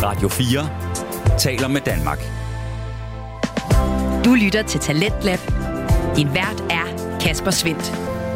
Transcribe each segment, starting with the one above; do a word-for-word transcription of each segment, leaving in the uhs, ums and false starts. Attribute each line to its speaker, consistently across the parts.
Speaker 1: Radio fire taler med Danmark.
Speaker 2: Du lytter til Talentlab. Din vært er Kasper Svindt.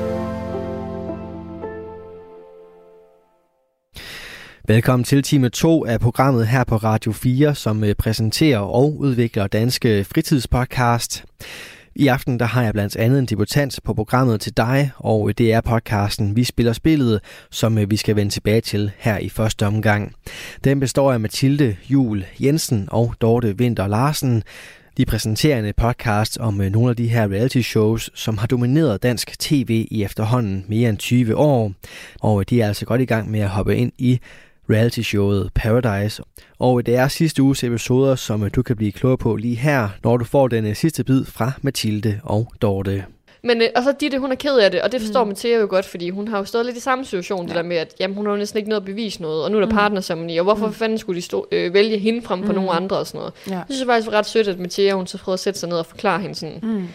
Speaker 3: Velkommen til time to af programmet her på Radio fire, som præsenterer og udvikler danske fritidspodcast. I aften der har jeg blandt andet en debutant på programmet til dig, og det er podcasten Vi Spiller Spillet, som vi skal vende tilbage til her i første omgang. Den består af Mathilde Juhl Jensen og Dorte Winther Larsen. De præsenterer en podcast om nogle af de her reality shows, som har domineret dansk tv i efterhånden mere end tyve år. Og de er altså godt i gang med at hoppe ind i reality-showet Paradise. Og det er sidste uges episoder, som du kan blive klogere på lige her, når du får den sidste bid fra Mathilde og Dorte.
Speaker 4: Men øh, og så Ditte, hun er ked af det, og det forstår mm. Mathilde jo godt, fordi hun har jo stået lidt i samme situation, ja. Det der med, at jamen, hun har jo næsten ikke noget at bevise noget, og nu er der mm. partnerceremoni, og hvorfor mm. fanden skulle de stå, øh, vælge hende frem på mm. nogle andre og sådan noget. Ja. Jeg synes faktisk, det var ret sødt, at Mathilde, hun så prøvede at sætte sig ned og forklare hende sådan, mm.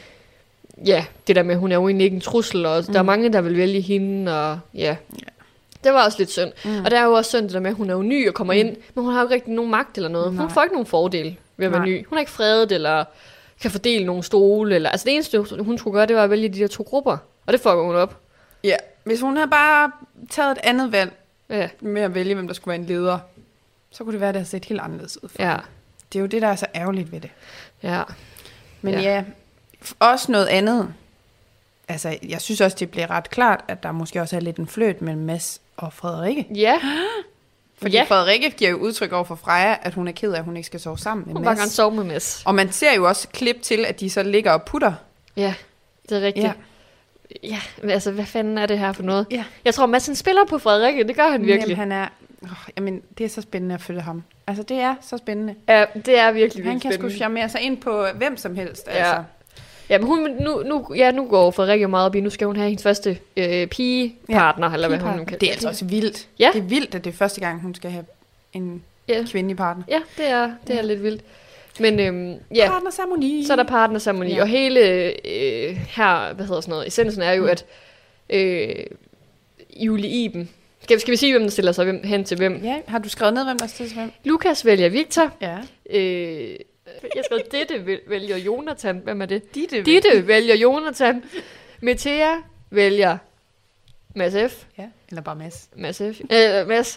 Speaker 4: ja, det der med, at hun er jo egentlig ikke en trussel, og mm. der er mange, der vil vælge hende, og ja... ja. Det var også lidt synd. Mm. Og der er jo også synd det der med, at hun er jo ny og kommer mm. ind, men hun har jo ikke rigtig nogen magt eller noget. Nej. Hun får ikke nogen fordel ved at være Nej. ny. Hun er ikke fredet eller kan fordele nogle stole. Eller, altså det eneste, hun skulle gøre, det var at vælge de der to grupper. Og det fucker hun op.
Speaker 5: Ja, hvis hun havde bare taget et andet valg ja. med at vælge, hvem der skulle være en leder, så kunne det være, at det havde set helt anderledes ud. Ja. Det er jo det, der er så ærgerligt ved det. Ja. Men ja, ja også noget andet. Altså, jeg synes også, det bliver ret klart, at der måske også er lidt en fløjt mellem Mads og Frederikke. Ja. Fordi ja. Frederikke giver jo udtryk over for Freja, at hun er ked af, at hun ikke skal sove sammen med Mads.
Speaker 4: Hun bare gerne sove med Mads.
Speaker 5: Og man ser jo også klip til, at de så ligger og putter.
Speaker 4: Ja, det er rigtigt. Ja, ja altså, hvad fanden er det her for noget? Ja. Jeg tror, Mads han spiller på Frederikke, det gør han virkelig.
Speaker 5: Jamen, han er... Oh, jamen, det er så spændende at følge ham. Altså, det er så spændende.
Speaker 4: Ja, det er virkelig, virkelig
Speaker 5: han kan
Speaker 4: spændende.
Speaker 5: sgu charmere sig ind på hvem som helst,
Speaker 4: ja. Altså. Ja, men hun, nu, nu, ja, nu går Frederikke meget op i, nu skal hun have hendes første øh, pigepartner, ja, eller hvad hun kan.
Speaker 5: Det er altså også vildt. Ja. Det er vildt, at det er første gang, hun skal have en ja. kvindelig partner.
Speaker 4: Ja, det er, det er ja. lidt vildt. Men øhm, ja,
Speaker 5: partnerceremoni.
Speaker 4: Så er der partnerceremoni, ja. Og hele øh, her, hvad hedder sådan noget, essensen er jo, mm. at øh, Julie Iben, skal, skal vi sige, hvem der stiller sig hvem, hen til hvem?
Speaker 5: Ja, har du skrevet ned, hvem der stiller sig hvem?
Speaker 4: Lukas vælger Victor. Ja. Øh, Jeg skrev, Ditte vælger Jonathan. Hvem er det?
Speaker 5: Ditte,
Speaker 4: Ditte vælger Jonathan. Mathea vælger Mads F.
Speaker 5: Ja, eller bare Mads.
Speaker 4: Mads F. Øh, Mads.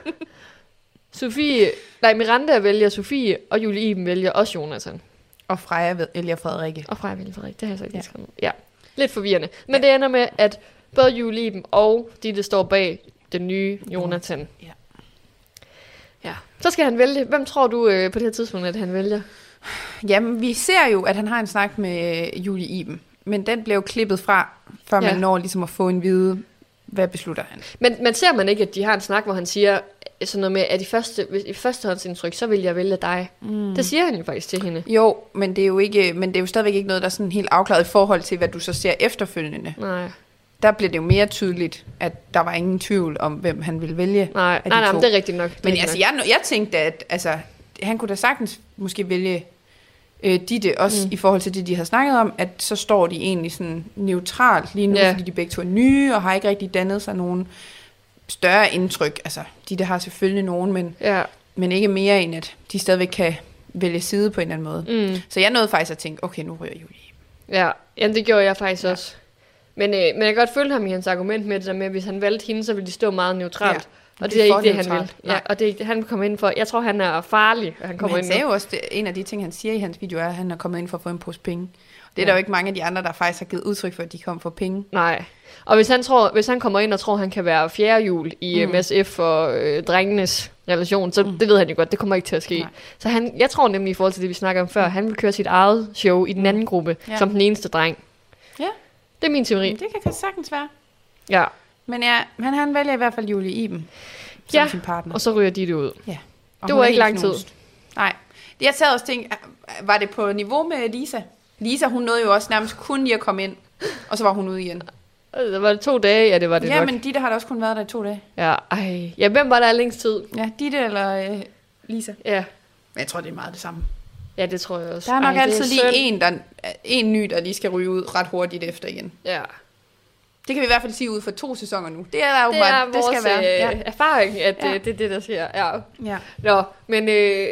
Speaker 4: Sofie, nej, Miranda vælger Sofie, og Julie Iben vælger også Jonathan.
Speaker 5: Og Freja vælger Frederikke.
Speaker 4: Og Freja vælger Frederikke, det har jeg så ikke ja. skrevet. Ja, lidt forvirrende. Men ja. det ender med, at både Julie Iben og Ditte står bag den nye Jonathan. Ja. Ja. Så skal han vælge. Hvem tror du øh, på det her tidspunkt, at han vælger?
Speaker 5: Jamen, vi ser jo, at han har en snak med Julie Iben. Men den blev klippet fra, før ja. man når ligesom at få en vide, hvad beslutter han.
Speaker 4: Men man ser man ikke, at de har en snak, hvor han siger sådan noget med, at i første, i førstehåndsindtryk, så vil jeg vælge dig. Mm. Det siger han jo faktisk til hende.
Speaker 5: Jo, men det er jo ikke, men det er jo stadigvæk ikke noget, der er sådan helt afklaret i forhold til, hvad du så ser efterfølgende.
Speaker 4: Nej.
Speaker 5: Der blev det jo mere tydeligt, at der var ingen tvivl om, hvem han ville vælge.
Speaker 4: Nej, nej, nej, men det er rigtigt nok.
Speaker 5: Men altså, jeg, jeg tænkte, at altså, han kunne da sagtens måske vælge øh, Ditte, også mm. i forhold til det, de har snakket om, at så står de egentlig sådan neutralt lige nu, ja. fordi de begge to er nye, og har ikke rigtig dannet sig nogen større indtryk. Altså, Ditte har selvfølgelig nogen, men, ja. men ikke mere end, at de stadigvæk kan vælge side på en eller anden måde. Mm. Så jeg nåede faktisk at tænke, okay, nu ryger Julie.
Speaker 4: Ja, jamen det gjorde jeg faktisk ja. også. Men, øh, men jeg kan godt følge ham i hans argument med det der med, at hvis han valgte hende, så ville de stå meget neutralt. Ja, og det, det er ikke det, han vil. Ja, og det er ikke det, han kommer ind for. Jeg tror, han er farlig, at han kommer
Speaker 5: men han
Speaker 4: ind.
Speaker 5: Men han sagde jo også, det, en af de ting, han siger i hans video, er, at han er kommet ind for at få en pose penge. Det er ja. der jo ikke mange af de andre, der faktisk har givet udtryk for, at de kom for penge.
Speaker 4: Nej. Og hvis han, tror, hvis han kommer ind og tror, at han kan være fjerde hjul i mm. M S F og øh, drengenes relation, så mm. det ved han jo godt, det kommer ikke til at ske. Nej. Så han, jeg tror nemlig i forhold til det, vi snakker om før, han vil køre sit eget show i den anden gruppe, ja. som den eneste dreng. Ja. Det er min teori.
Speaker 5: Det kan sagtens være.
Speaker 4: Ja.
Speaker 5: Men ja, han, han vælger i hvert fald Julie Iben som ja. sin partner.
Speaker 4: Og så ryger de det ud. Ja. Det var ikke lang tid.
Speaker 5: Nej. Jeg sad også og tænkte, var det på niveau med Lisa? Lisa, hun nåede jo også nærmest kun lige at komme ind, og så var hun ude igen.
Speaker 4: Det var det to dage, ja, det var det
Speaker 5: ja,
Speaker 4: nok.
Speaker 5: Ja, men Ditte har da også kun været der i to dage.
Speaker 4: Ja, ej. Ja, hvem var der længst tid?
Speaker 5: Ja, Ditte eller øh, Lisa.
Speaker 4: Ja.
Speaker 5: Men jeg tror, det er meget det samme.
Speaker 4: Ja, det tror jeg også.
Speaker 5: Der er nok ej, altid lige en, der, en ny, der lige skal ryge ud ret hurtigt efter igen.
Speaker 4: Ja.
Speaker 5: Det kan vi i hvert fald sige ud for to sæsoner nu. Det er der jo
Speaker 4: det
Speaker 5: bare,
Speaker 4: er
Speaker 5: det
Speaker 4: vores
Speaker 5: skal være. Ja.
Speaker 4: erfaring, at
Speaker 5: Ja.
Speaker 4: det, det er det, der sker. Ja.
Speaker 5: Ja.
Speaker 4: Nå, men... Øh,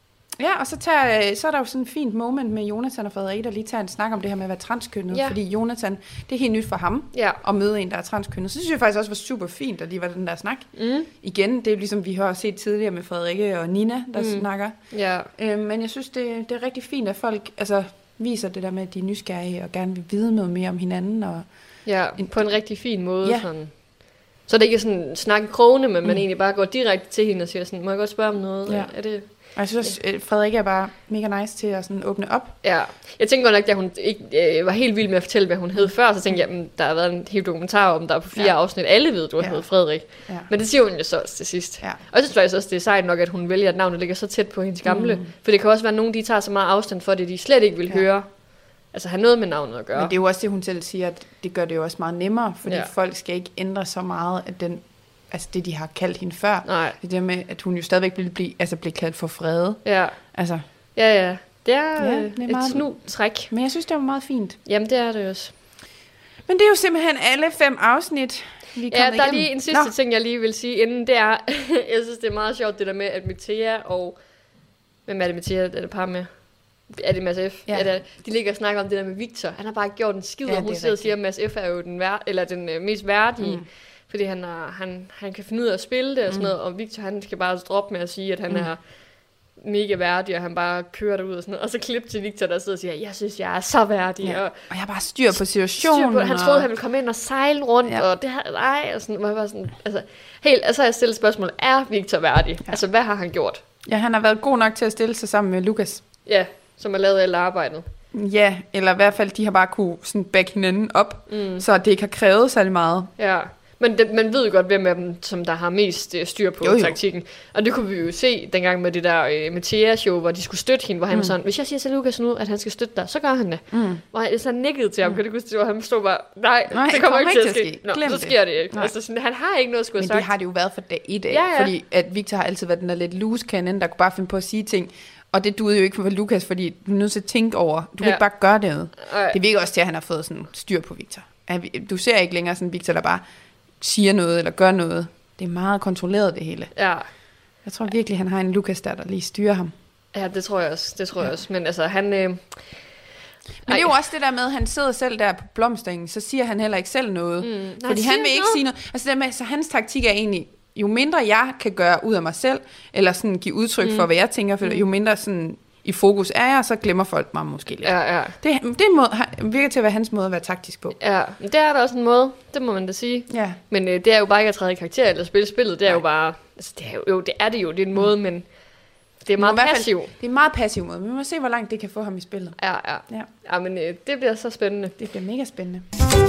Speaker 5: Ja, og så, tager, så er der jo sådan et fint moment med Jonathan og Frederikke, der lige tager en snak om det her med at være transkønnet.
Speaker 4: Ja.
Speaker 5: Fordi Jonathan, det er helt nyt for ham
Speaker 4: ja.
Speaker 5: at møde en, der er transkønnet. Så synes jeg faktisk også var super fint, at lige var den der snak.
Speaker 4: Mm.
Speaker 5: Igen, det er ligesom vi har set tidligere med Frederikke og Nina, der mm. snakker.
Speaker 4: Ja.
Speaker 5: Øh, men jeg synes, det, det er rigtig fint, at folk altså, viser det der med, at de er nysgerrige og gerne vil vide noget mere om hinanden. Og
Speaker 4: ja, en, på en rigtig fin måde. Ja. Sådan. Så det ikke er sådan snakke krogene, men mm. man egentlig bare går direkte til hende og siger sådan, må jeg godt spørge om noget?
Speaker 5: Ja.
Speaker 4: Er det...
Speaker 5: Og jeg synes, at Frederikke er bare mega nice til at sådan åbne op.
Speaker 4: Ja, jeg tænker godt nok, at hun ikke øh, var helt vild med at fortælle, hvad hun hed før, så tænkte jeg, at der har været en helt dokumentar om, der er på fire ja. afsnit. Alle ved, du har ja. heddet Frederik. Ja. Men det siger hun jo så også til sidst. Ja. Og jeg synes faktisk også, det er sejt nok, at hun vælger, at navnet ligger så tæt på hendes gamle. Mm. For det kan også være, at nogen de tager så meget afstand for det, de slet ikke vil ja. høre. Altså have noget med navnet at gøre.
Speaker 5: Men det er jo også det, hun selv siger, at det gør det jo også meget nemmere, fordi ja. folk skal ikke ændre så meget af den... Altså det, de har kaldt hende før. Nej. Det der med, at hun jo stadigvæk ville blive, altså blive kaldt for Frede.
Speaker 4: Ja.
Speaker 5: Altså.
Speaker 4: Ja, ja. Det er,
Speaker 5: ja,
Speaker 4: det er et meget... snu-træk.
Speaker 5: Men jeg synes, det var meget fint.
Speaker 4: Jamen, det er det også.
Speaker 5: Men det er jo simpelthen alle fem afsnit, vi er
Speaker 4: ja, der
Speaker 5: igennem.
Speaker 4: er lige en sidste Nå. ting, jeg lige vil sige inden. Det er, jeg synes, det er meget sjovt, det der med, at Mathea og... Hvem er det, Mathea er det par med? Er det Mads F? Ja. Det, de ligger og snakker om det der med Victor. Han har bare gjort en skid, ja, og hun sidder og siger, at Mads F er jo den, vær- eller den øh, mest værdige. Mm. Fordi han, er, han, han kan finde ud af at spille det og sådan mm. noget, og Victor han skal bare droppe med at sige, at han mm. er mega værdig, og han bare kører derud og sådan noget. Og så klip til Victor, der sidder og siger, jeg synes, jeg er så værdig.
Speaker 5: Ja.
Speaker 4: Og,
Speaker 5: og jeg har bare styr på situationen.
Speaker 4: Styr på, han troede, han ville komme ind og sejle rundt, ja. og det her, nej, og sådan, hvor jeg var sådan, altså, helt, altså jeg stillede spørgsmål, er Victor værdig? Ja. Altså, hvad har han gjort?
Speaker 5: Ja, han har været god nok til at stille sig sammen med Lukas.
Speaker 4: Ja, som har lavet alt arbejdet.
Speaker 5: Ja, eller i hvert fald, de har bare kunne sådan back hinanden op, mm. så det ikke har krævet særlig meget.
Speaker 4: Ja. Men det, man ved jo godt, hvem af dem, som der har mest øh, styr på jo, jo. taktikken. Og det kunne vi jo se dengang med det der øh, Mathea-show, hvor de skulle støtte hende, hvor han mm. var sådan, hvis jeg siger til Lukas nu, at han skal støtte dig, så gør han det. Mm. Hvor han så nikkede til ham, mm. kan du huske, hvor han stod bare, nej, nej det kommer ikke til at ske. ske. Nå, så det. sker det ikke. Altså, sådan, han har ikke noget at skulle have sagt.
Speaker 5: Men det har det jo været for dag i dag,
Speaker 4: ja, ja.
Speaker 5: fordi at Victor har altid været den der lidt loose cannon, der kunne bare finde på at sige ting. Og det duede jo ikke for Lukas, fordi du er nødt til at tænke over, du kan ja. ikke bare gøre det. Ej. Det virker også til, at han har fået sådan styr på Victor. Du ser ikke længere sådan Victor, der bare siger noget eller gør noget. Det er meget kontrolleret, det hele.
Speaker 4: Ja.
Speaker 5: Jeg tror virkelig, han har en Lukas der, der lige styrer ham.
Speaker 4: Ja, det tror jeg også. Det tror ja. jeg også. Men altså, han... Øh... Men
Speaker 5: det er jo også det der med, at han sidder selv der på blomstringen, så siger han heller ikke selv noget. Mm. Nej, fordi han, han vil ikke noget. sige noget. Altså, det med, så hans taktik er egentlig, jo mindre jeg kan gøre ud af mig selv, eller sådan give udtryk mm. for, hvad jeg tænker, for jo mindre sådan i fokus er jeg, så glemmer folk mig måske lidt.
Speaker 4: Ja, ja.
Speaker 5: Det, det måde, virker til at være hans måde at være taktisk på.
Speaker 4: Ja, det er der også en måde, det må man da sige.
Speaker 5: Ja.
Speaker 4: Men øh, det er jo bare ikke at træde i karakter eller spille spillet, det er Nej. jo bare, altså, det er jo, jo, det er det jo, det er en måde, men det er meget passivt.
Speaker 5: Det er en meget passiv måde, men vi må se, hvor langt det kan få ham i spillet.
Speaker 4: Ja, ja. Ja, ja men øh, det bliver så spændende.
Speaker 5: Det bliver mega spændende.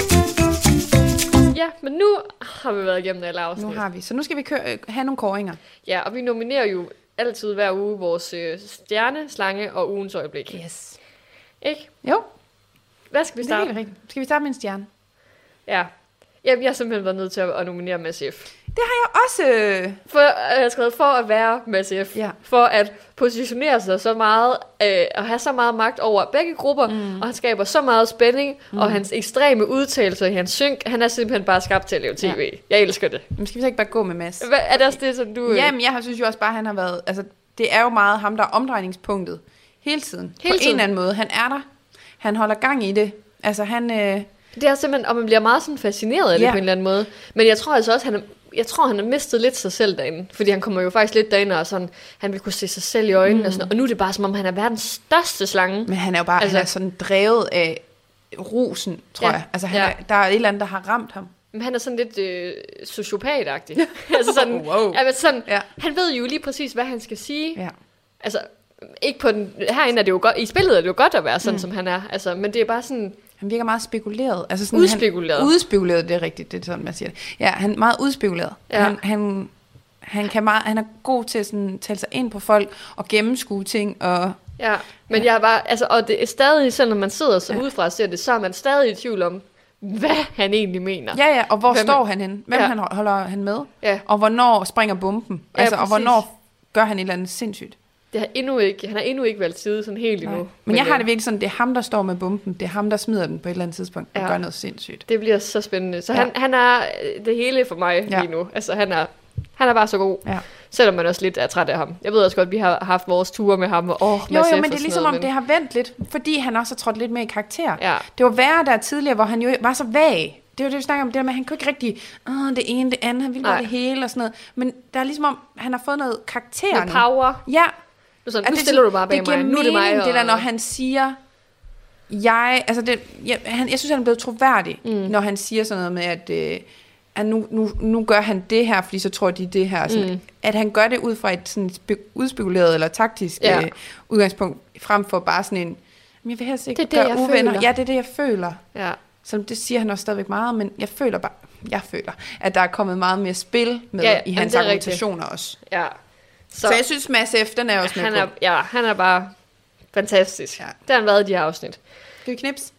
Speaker 4: Ja, men nu har vi været igennem alle afsnit.
Speaker 5: Nu har vi, så nu skal vi køre, øh, have nogle kåringer.
Speaker 4: Ja, og vi nominerer jo altid hver uge vores øh, stjerne, slange og ugens øjeblik.
Speaker 5: Yes.
Speaker 4: Ikke?
Speaker 5: Jo.
Speaker 4: Hvad skal vi starte?
Speaker 5: Det er helt skal vi starte med en stjerne?
Speaker 4: Ja. Jamen, jeg har simpelthen været nødt til at nominere Mads F.
Speaker 5: Det har jeg også.
Speaker 4: For, jeg har skrevet for at være Mads F.
Speaker 5: Ja.
Speaker 4: For at positionere sig så meget, øh, og have så meget magt over begge grupper, mm. og han skaber så meget spænding, mm. og hans ekstreme udtalelser i hans synk, han er simpelthen bare skabt til at lave tv. Ja. Jeg elsker det.
Speaker 5: Men skal vi så ikke bare gå med Mads?
Speaker 4: Hvad, er det også det, som du...
Speaker 5: Jamen, jeg synes jo også bare, at han har været... Altså, det er jo meget ham, der er omdrejningspunktet hele tiden. Hele på tiden. En eller anden måde. Han er der. Han holder gang i det. Altså, han... Øh...
Speaker 4: Det er simpelthen... Og man bliver meget sådan fascineret af det ja. på en eller anden måde. Men jeg tror altså også, han er... Jeg tror, han har mistet lidt sig selv derinde. Fordi han kommer jo faktisk lidt derinde, og sådan, han vil kunne se sig selv i øjnene. Mm. Og, sådan, og nu er det bare, som om han er verdens største slange.
Speaker 5: Men han er jo bare altså, han er sådan drevet af rosen, tror ja. jeg. Altså, han ja. er, der er et eller andet, der har ramt ham.
Speaker 4: Men han er sådan lidt øh, sociopatagtig. altså sådan,
Speaker 5: wow.
Speaker 4: altså sådan ja. Han ved jo lige præcis, hvad han skal sige.
Speaker 5: Ja.
Speaker 4: Altså, ikke på den... Herinde er det jo godt... I spillet er det jo godt at være sådan, mm. som han er. Altså, men det er bare sådan...
Speaker 5: Han virker meget spekuleret. Altså sådan,
Speaker 4: udspekuleret.
Speaker 5: Han, udspekuleret, det er rigtigt, det er sådan, man siger det. Ja, han er meget udspekuleret. Ja. Han, han, han, kan meget, han er god til at sådan, tale sig ind på folk og gennemskue ting. Og,
Speaker 4: ja, men ja. jeg er bare... Altså, og det er stadig, selv når man sidder så ja. udefra og ser det, så er man stadig i tvivl om, hvad han egentlig mener.
Speaker 5: Ja, ja, og hvor Hvem står han henne? Hvem ja. han holder han med?
Speaker 4: Ja.
Speaker 5: Og hvornår springer bomben?
Speaker 4: Ja,
Speaker 5: altså, og hvornår gør han et eller andet sindssygt?
Speaker 4: det har endnu ikke, han har endnu ikke valgt side sådan helt endnu. Men,
Speaker 5: men jeg har det virkelig sådan, det er ham, der står med bomben. Det er ham, der smider den på et eller andet tidspunkt og ja. gør noget sindssygt.
Speaker 4: Det bliver så spændende. Så ja. han, han er det hele for mig ja. lige nu. Altså han er, han er bare så god. Ja. Selvom man også lidt er træt af ham. Jeg ved også godt, at vi har haft vores ture med ham. Og, oh,
Speaker 5: jo, jo, men det er ligesom noget, om men... det har vendt lidt, fordi han også har trådt lidt mere i karakter. Ja. Det var værre der tidligere, hvor han jo var så vag. Det var det, vi snakker om, det der med, at han kunne ikke rigtig, åh, det ene, det andet, han ville bare det hele og sådan noget. Men der er ligesom om, han har fået noget karakter.
Speaker 4: Noget power.
Speaker 5: Ja.
Speaker 4: Nu, sådan, nu det, stiller du bare bag
Speaker 5: det mig.
Speaker 4: Nu er
Speaker 5: det
Speaker 4: mig.
Speaker 5: Og... det der, når han siger, jeg, altså det, jeg, han, jeg synes, han er blevet troværdig, mm. når han siger sådan noget med, at, øh, at nu, nu, nu gør han det her, fordi så tror de det her. Sådan, mm. At han gør det ud fra et sådan spe- udspekuleret eller taktisk ja. øh, udgangspunkt, frem for bare sådan en, jeg vil helst ikke
Speaker 4: det er det,
Speaker 5: gøre uvenner.
Speaker 4: Føler.
Speaker 5: Ja, det er det, jeg føler.
Speaker 4: Ja.
Speaker 5: Så det siger han også stadigvæk meget, men jeg føler bare, jeg føler, at der er kommet meget mere spil med
Speaker 4: ja,
Speaker 5: i hans argumentationer også.
Speaker 4: Ja.
Speaker 5: Så, så jeg synes, Mads F., den er også med
Speaker 4: han
Speaker 5: på.
Speaker 4: Er, ja, han er bare fantastisk. Ja. Det har han været i de her afsnit.
Speaker 5: Skal vi knips?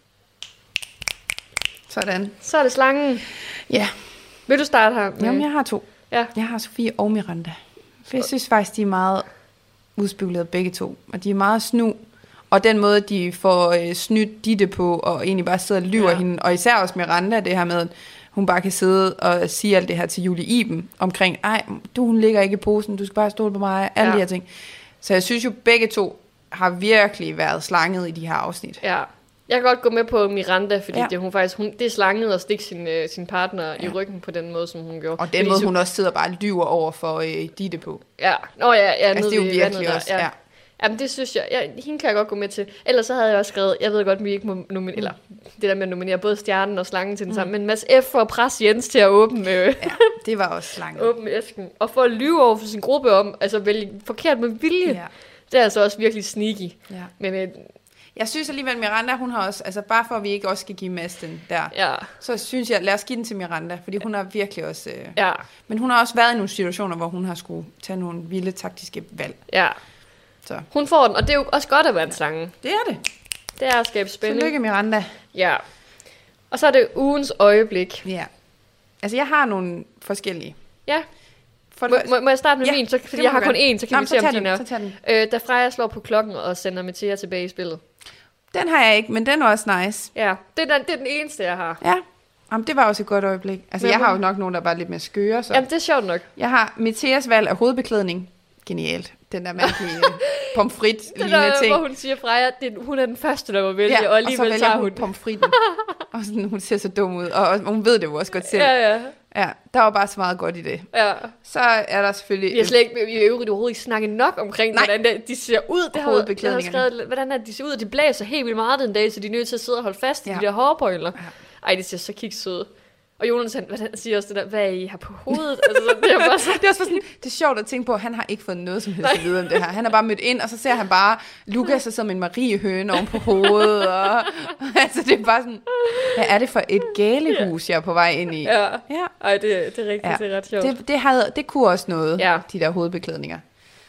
Speaker 5: Sådan.
Speaker 4: Så er det slangen.
Speaker 5: Ja.
Speaker 4: Vil du starte her? Med...
Speaker 5: Jamen, jeg har to.
Speaker 4: Ja.
Speaker 5: Jeg har Sofie og Miranda. For jeg synes faktisk, de er meget udspekuleret begge to. Og de er meget snu. Og den måde, de får øh, snydt Ditte på, og egentlig bare sidder og lyver ja. hende. Og især også Miranda, det her med, hun bare kan sidde og sige alt det her til Julie Iben, omkring, ej, du, hun ligger ikke i posen, du skal bare stole på mig, alle ja. de her ting. Så jeg synes jo, begge to har virkelig været slanget i de her afsnit.
Speaker 4: Ja, jeg kan godt gå med på Miranda, fordi ja. det, hun faktisk, hun, det er slanget at stikke sin, øh, sin partner ja. i ryggen på den måde, som hun gjorde.
Speaker 5: Og den fordi måde, hun også sidder bare og lyver over for øh, Ditte på.
Speaker 4: Ja, nå ja, ja
Speaker 5: altså, det er jo virkelig også,
Speaker 4: ja. ja. Jamen det synes jeg, jeg, hende kan jeg godt gå med til. Ellers så havde jeg også skrevet, jeg ved godt, at vi ikke må nominere, eller det der med at nominere både stjernen og slangen til den samme, mm. men Mads F. for at presse Jens til at åbne, øh,
Speaker 5: ja, det var også slangen.
Speaker 4: åbne æsken. Og for at lyve over for sin gruppe om, altså vælge forkert med vilje, ja. det er altså også virkelig sneaky. Ja. Men øh,
Speaker 5: jeg synes alligevel, Miranda, hun har også, altså bare for at vi ikke også skal give Mads den der,
Speaker 4: ja. så
Speaker 5: synes jeg, lad os give den til Miranda, fordi hun har virkelig også, øh,
Speaker 4: ja.
Speaker 5: men hun har også været i nogle situationer, hvor hun har skulle tage nogle vilde taktiske valg.
Speaker 4: Ja. Så. Hun får den, og det er jo også godt at være en slange.
Speaker 5: Det er det.
Speaker 4: Det er at skabe spænding.
Speaker 5: Tillykke, Miranda.
Speaker 4: Ja. Og så er det ugens øjeblik.
Speaker 5: Ja. Altså, jeg har nogle forskellige.
Speaker 4: Ja. For må, må, må jeg starte med ja, min? Så, fordi jeg har kun én, så kan
Speaker 5: Nå,
Speaker 4: vi se, om den er.
Speaker 5: Så tag den.
Speaker 4: Øh, da Freja slår på klokken og sender Mathia tilbage i spillet.
Speaker 5: Den har jeg ikke, men den er også nice.
Speaker 4: Ja, det er den, det er den eneste, jeg har.
Speaker 5: Ja. Jamen, det var også et godt øjeblik. Altså, men, jeg har jo nok nogen, der var lidt mere skøre. Så.
Speaker 4: Jamen, det er sjovt nok.
Speaker 5: Jeg har Mathias valg af hovedbeklædning. Genialt. Den der mærkelige pomfrit-lignende ting.
Speaker 4: Hvor hun siger, Freja, det, hun er den første, der må vælge, ja, og alligevel
Speaker 5: og så
Speaker 4: tager hun
Speaker 5: pomfritten. Og sådan, hun ser så dum ud, og, og hun ved det jo også godt selv.
Speaker 4: Ja, ja.
Speaker 5: Ja, der var bare så meget godt i det.
Speaker 4: Ja.
Speaker 5: Så er der selvfølgelig...
Speaker 4: Vi har slet ikke, vi har øvrigt overhovedet ikke snakket nok omkring, Nej. hvordan de ser ud. Det har, det har skrevet, hvordan er de ser ud, de blæser helt vildt meget den dag, så de er nødt til at sidde og holde fast i ja. de der hårbøjler. Ja. Ej, det ser så kiksøde. Og Jonas, han, han siger også det der, hvad er I har på hovedet? Altså, så, det, er bare så...
Speaker 5: det er også sådan, det er sjovt at tænke på, at han har ikke fået noget som helst at vide om det her. Han er bare mødt ind, og så ser han bare Lukas og som en Marie-høne oven på hovedet. Og, altså, det er bare sådan, hvad er det for et galehus, jeg er på vej ind i?
Speaker 4: Ja, ja. Ej, det, det er rigtigt, ja. det er ret sjovt.
Speaker 5: Det, det, havde, det kunne også noget, ja. de der hovedbeklædninger.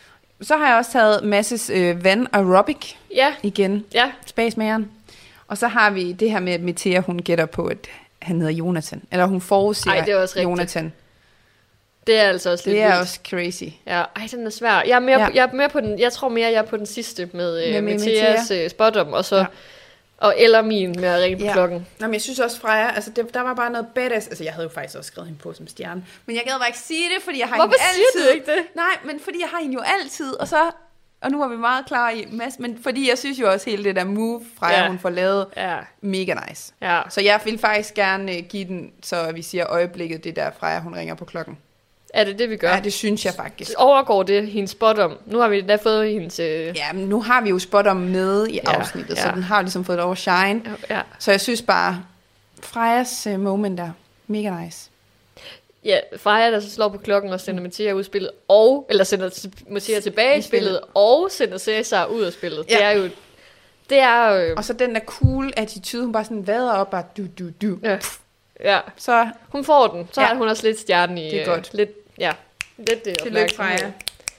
Speaker 5: Så har jeg også taget Masses øh, Van Aerobic
Speaker 4: ja.
Speaker 5: igen.
Speaker 4: Ja.
Speaker 5: Spacemageren. Og så har vi det her med, at Mathia, hun gætter på, at han hedder Jonathan. Eller hun forudser
Speaker 4: Ej, det er også
Speaker 5: Jonathan.
Speaker 4: Rigtigt. Det er altså også lidt
Speaker 5: Det er
Speaker 4: vildt.
Speaker 5: også crazy.
Speaker 4: Ja, ej, den er svær. Jeg er mere, ja. på, jeg er mere på den, jeg tror mere, jeg er på den sidste med, med, med Mathias uh, spottom, og så, ja. og eller min med at ringe på ja. klokken.
Speaker 5: Nå, men jeg synes også, Freja, altså det, der var bare noget badass. Altså, jeg havde jo faktisk også skrevet hende på som stjerne. Men jeg gad bare ikke sige det, fordi jeg har
Speaker 4: Hvorfor
Speaker 5: hende altid.
Speaker 4: Hvorfor siger du ikke det?
Speaker 5: Nej, men fordi jeg har hende jo altid, og så... Og nu var vi meget klar i Mads, men fordi jeg synes jo også hele det der move fra ja. hun får lavet
Speaker 4: ja.
Speaker 5: mega nice.
Speaker 4: Ja.
Speaker 5: Så jeg vil faktisk gerne give den, så vi siger øjeblikket, det der fra hun ringer på klokken.
Speaker 4: Er det det, vi gør?
Speaker 5: Ja, det synes jeg faktisk.
Speaker 4: Overgår det hendes spot om? Nu har vi da fået hendes... Øh...
Speaker 5: Ja, men nu har vi jo spot om med i ja. afsnittet, ja. så den har ligesom fået lov at shine.
Speaker 4: Ja.
Speaker 5: Så jeg synes bare, Frejas uh, moment der, mega nice.
Speaker 4: Ja, Freja, der så slår på klokken og sender Mathia ud af spillet, og, eller sender Mathia tilbage i spillet, og sender Cæsar ud af spillet. Ja. Det er jo... Det er jo...
Speaker 5: Og så den der cool attitude, hun bare sådan vader op og du, du, du.
Speaker 4: Ja. ja.
Speaker 5: Så
Speaker 4: hun får den. Så ja. har hun også lidt stjerne i...
Speaker 5: Det er godt.
Speaker 4: Øh, lidt, ja. Lidt det
Speaker 5: Tillykke, Freja.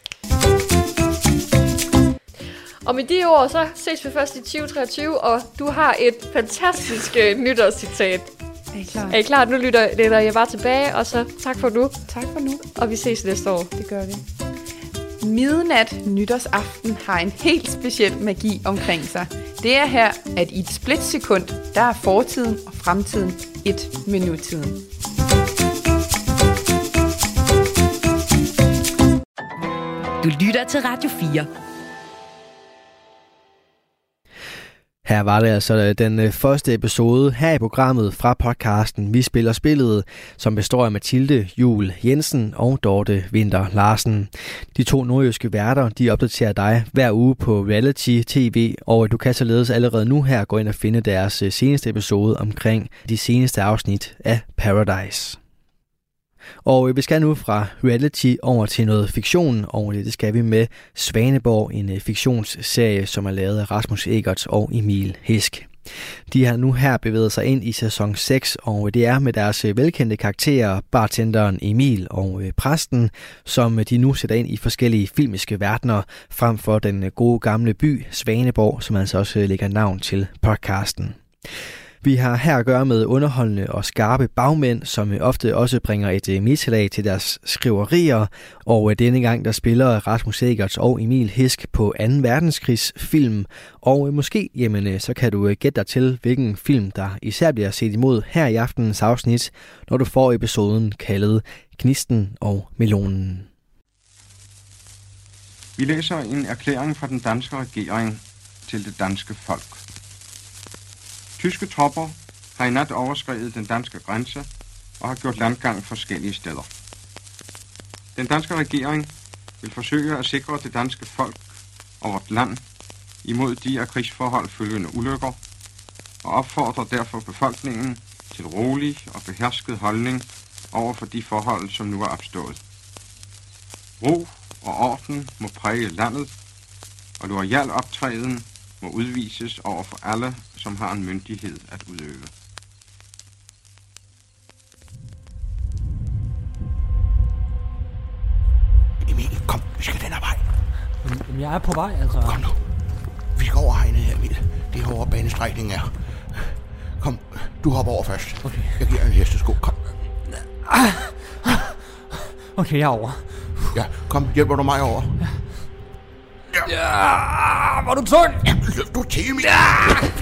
Speaker 4: Og med de ord, så ses vi først i tyve treogtyve, og du har et fantastisk øh, nytårscitat.
Speaker 5: Er I klar?
Speaker 4: Er I klar? Nu lytter, lytter jeg bare tilbage, og så tak for nu.
Speaker 5: Tak for nu.
Speaker 4: Og vi ses næste år.
Speaker 5: Det gør vi. Midnat nytårsaften har en helt speciel magi omkring sig. Det er her, at i et splitsekund, der er fortiden og fremtiden et med nutiden.
Speaker 2: Du lytter til Radio fire.
Speaker 3: Her var det altså den første episode her i programmet fra podcasten Vi Spiller Spillet, som består af Mathilde Juel Jensen og Dorte Winther Larsen. De to nordjyske værter, de opdaterer dig hver uge på reality tv, og du kan således allerede nu her gå ind og finde deres seneste episode omkring de seneste afsnit af Paradise. Og vi skal nu fra reality over til noget fiktion, og det skal vi med Svaneborg, en fiktionsserie, som er lavet af Rasmus Egert og Emil Hisk. De har nu her bevæget sig ind i sæson seks, og det er med deres velkendte karakterer, bartenderen Emil og præsten, som de nu sætter ind i forskellige filmiske verdener, frem for den gode gamle by Svaneborg, som altså også lægger navn til podcasten. Vi har her at gøre med underholdende og skarpe bagmænd, som ofte også bringer et metalag til deres skriverier. Og denne gang der spiller Rasmus Egert og Emil Hisk på anden verdenskrigsfilm. Og måske jamen, så kan du gætte dig til, hvilken film der især bliver set imod her i aftenens afsnit, når du får episoden kaldet Gnisten og Melonen.
Speaker 6: Vi læser en erklæring fra den danske regering til det danske folk. Tyske tropper har i nat overskredet den danske grænse og har gjort landgang forskellige steder. Den danske regering vil forsøge at sikre det danske folk og vort land imod de af krigsforhold følgende ulykker og opfordrer derfor befolkningen til rolig og behersket holdning over for de forhold, som nu er opstået. Ro og orden må præge landet, og loyal optræden må udvises over for alle, som har en myndighed at udøve.
Speaker 7: Emil, kom, vi skal den her vej.
Speaker 8: Jamen, jeg er på vej, altså.
Speaker 7: Kom nu. Vi skal over hegnet her, Emil. Det er hvor banestrækningen er. Kom, du hopper over først.
Speaker 8: Okay.
Speaker 7: Jeg giver en hestesko. Kom.
Speaker 8: Okay, jeg er over.
Speaker 7: Ja, kom, hjælper du mig over?
Speaker 8: Ja. Ja, var du tung?
Speaker 7: Ja, løft du til, Emil. Ja.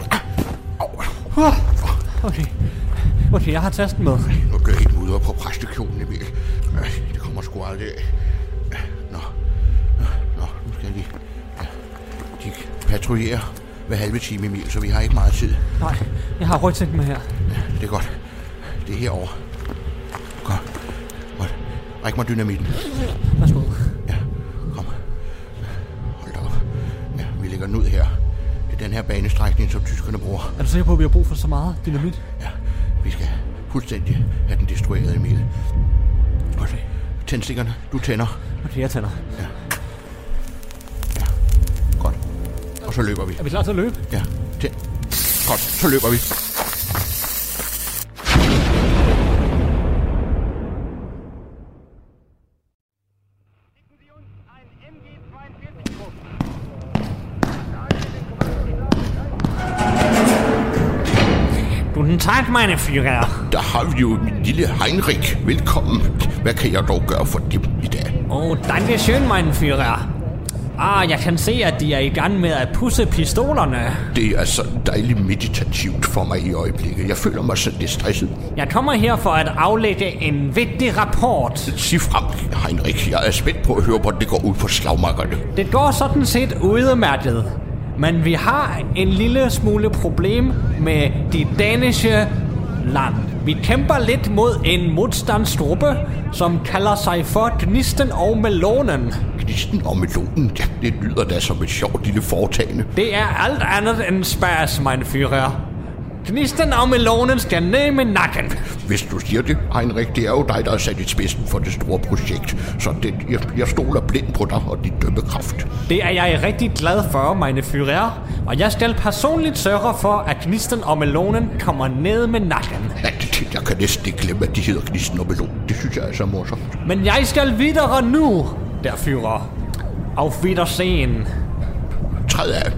Speaker 8: Okay. Okay, jeg har tasten med.
Speaker 7: Nu bliver jeg helt mudret på præstekjolen, Emil. Det kommer sgu aldrig af. Nå, nå, nå, nu skal de, de patruljere hver halve time, Emil, så vi har ikke meget tid.
Speaker 8: Nej, jeg har rygsækken med her.
Speaker 7: Ja, det er godt. Det er herovre. Kom. Ræk mig dynamitten.
Speaker 8: Værsgo.
Speaker 7: Ja, kom. Hold da op. Ja, vi lægger den ud her. Det er den her banestrækning, som tyskerne bruger.
Speaker 8: Er du sikker på, at vi har brug for så meget dynamit?
Speaker 7: Ja, vi skal fuldstændig have den destrueret, Emil.
Speaker 8: Okay.
Speaker 7: Tændstikkerne, du tænder.
Speaker 8: Okay, jeg tænder.
Speaker 7: Ja. Ja, godt. Og så løber vi.
Speaker 8: Er vi klar til at løbe?
Speaker 7: Ja, tænd. Godt, så løber vi.
Speaker 8: Guten Tag, meine Führer.
Speaker 7: Der har vi jo min lille Heinrich. Velkommen. Hvad kan jeg dog gøre for dem i dag?
Speaker 8: Oh, danke schön, meine Führer. Ah, jeg kan se, at de er i gang med at pudse pistolerne.
Speaker 7: Det er så dejligt meditativt for mig i øjeblikket. Jeg føler mig sådan lidt stresset.
Speaker 8: Jeg kommer her for at aflægge en vigtig rapport.
Speaker 7: Sig frem, Heinrich. Jeg er spændt på at høre, hvordan det går ud på slagmarkerne.
Speaker 8: Det går sådan set udmærket. Men vi har en lille smule problem med de daniske land. Vi kæmper lidt mod en modstandsgruppe, som kalder sig for Gnisten og Melonen.
Speaker 7: Gnisten og Melonen? Ja, det lyder da som et sjovt lille foretagende.
Speaker 8: Det er alt andet end spas, mein Führer. Gnisten og Melonen skal ned med nakken.
Speaker 7: Hvis du siger det, Heinrich, det er jo dig, der er sat i spidsen for det store projekt. Så det, jeg, jeg stoler blindt på dig og din dømmekraft.
Speaker 8: Det er jeg rigtig glad for, meine Führer. Og jeg skal personligt sørge for, at Gnisten og Melonen kommer ned med nakken.
Speaker 7: Ja, det, jeg kan næsten ikke glemme, at de hedder Gnisten og Melonen. Det synes jeg er så morsomt.
Speaker 8: Men jeg skal videre nu, der Führer. Auf Wiedersehen.
Speaker 7: Træd af.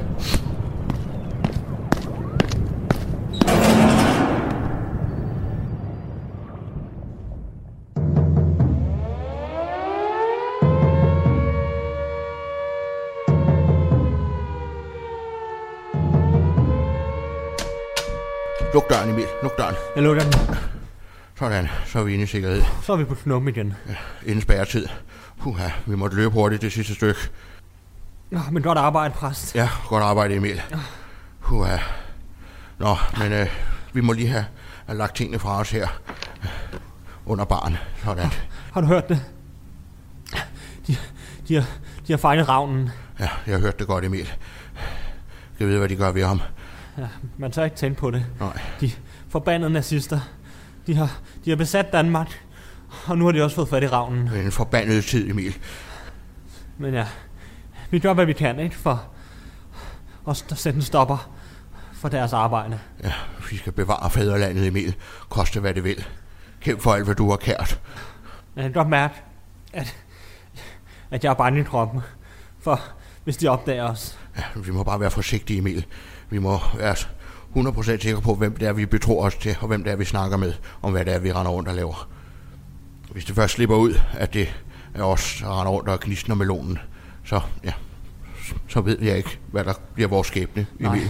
Speaker 7: Luk døren, Emil. Luk døren.
Speaker 8: Jeg lukker den.
Speaker 7: Sådan, så er vi inde i sikkerhed.
Speaker 8: Så er vi på knuppen igen.
Speaker 7: Ja, inden spærretid. Puha, vi måtte løbe hurtigt det sidste stykke.
Speaker 8: Nå, men godt arbejde, præst.
Speaker 7: Ja, godt arbejde, Emil. Puha. Nå, men øh, vi må lige have, have lagt tingene fra os her. Under baren. Sådan.
Speaker 8: Har du hørt det? De, de, har, de har fejlet ravnen.
Speaker 7: Ja, jeg har hørt det godt, Emil. Jeg ved, hvad de gør ved ham.
Speaker 8: Ja, man tør ikke tænke på det.
Speaker 7: Nej.
Speaker 8: De forbandede nazister. De har, de har besat Danmark. Og nu har de også fået fat i ravnen.
Speaker 7: Det er en forbandet tid, Emil.
Speaker 8: Men ja, vi gør, hvad vi kan, ikke? For at sætte en stopper for deres arbejde.
Speaker 7: Ja, vi skal bevare fædrelandet, Emil. Koste hvad det vil. Kæmp for alt, hvad du har kært.
Speaker 8: Jeg kan godt mærke, at, at jeg er bange i kroppen. For hvis de opdager os.
Speaker 7: Ja, vi må bare være forsigtige, Emil. Vi må være hundrede procent sikre på, hvem det er, vi betror os til, og hvem det er, vi snakker med, om hvad det er, vi render rundt og laver. Hvis det først slipper ud, at det er os, der render rundt og knisten og melonen, så, ja, så ved jeg ikke, hvad der bliver vores skæbne, Emil. Nej.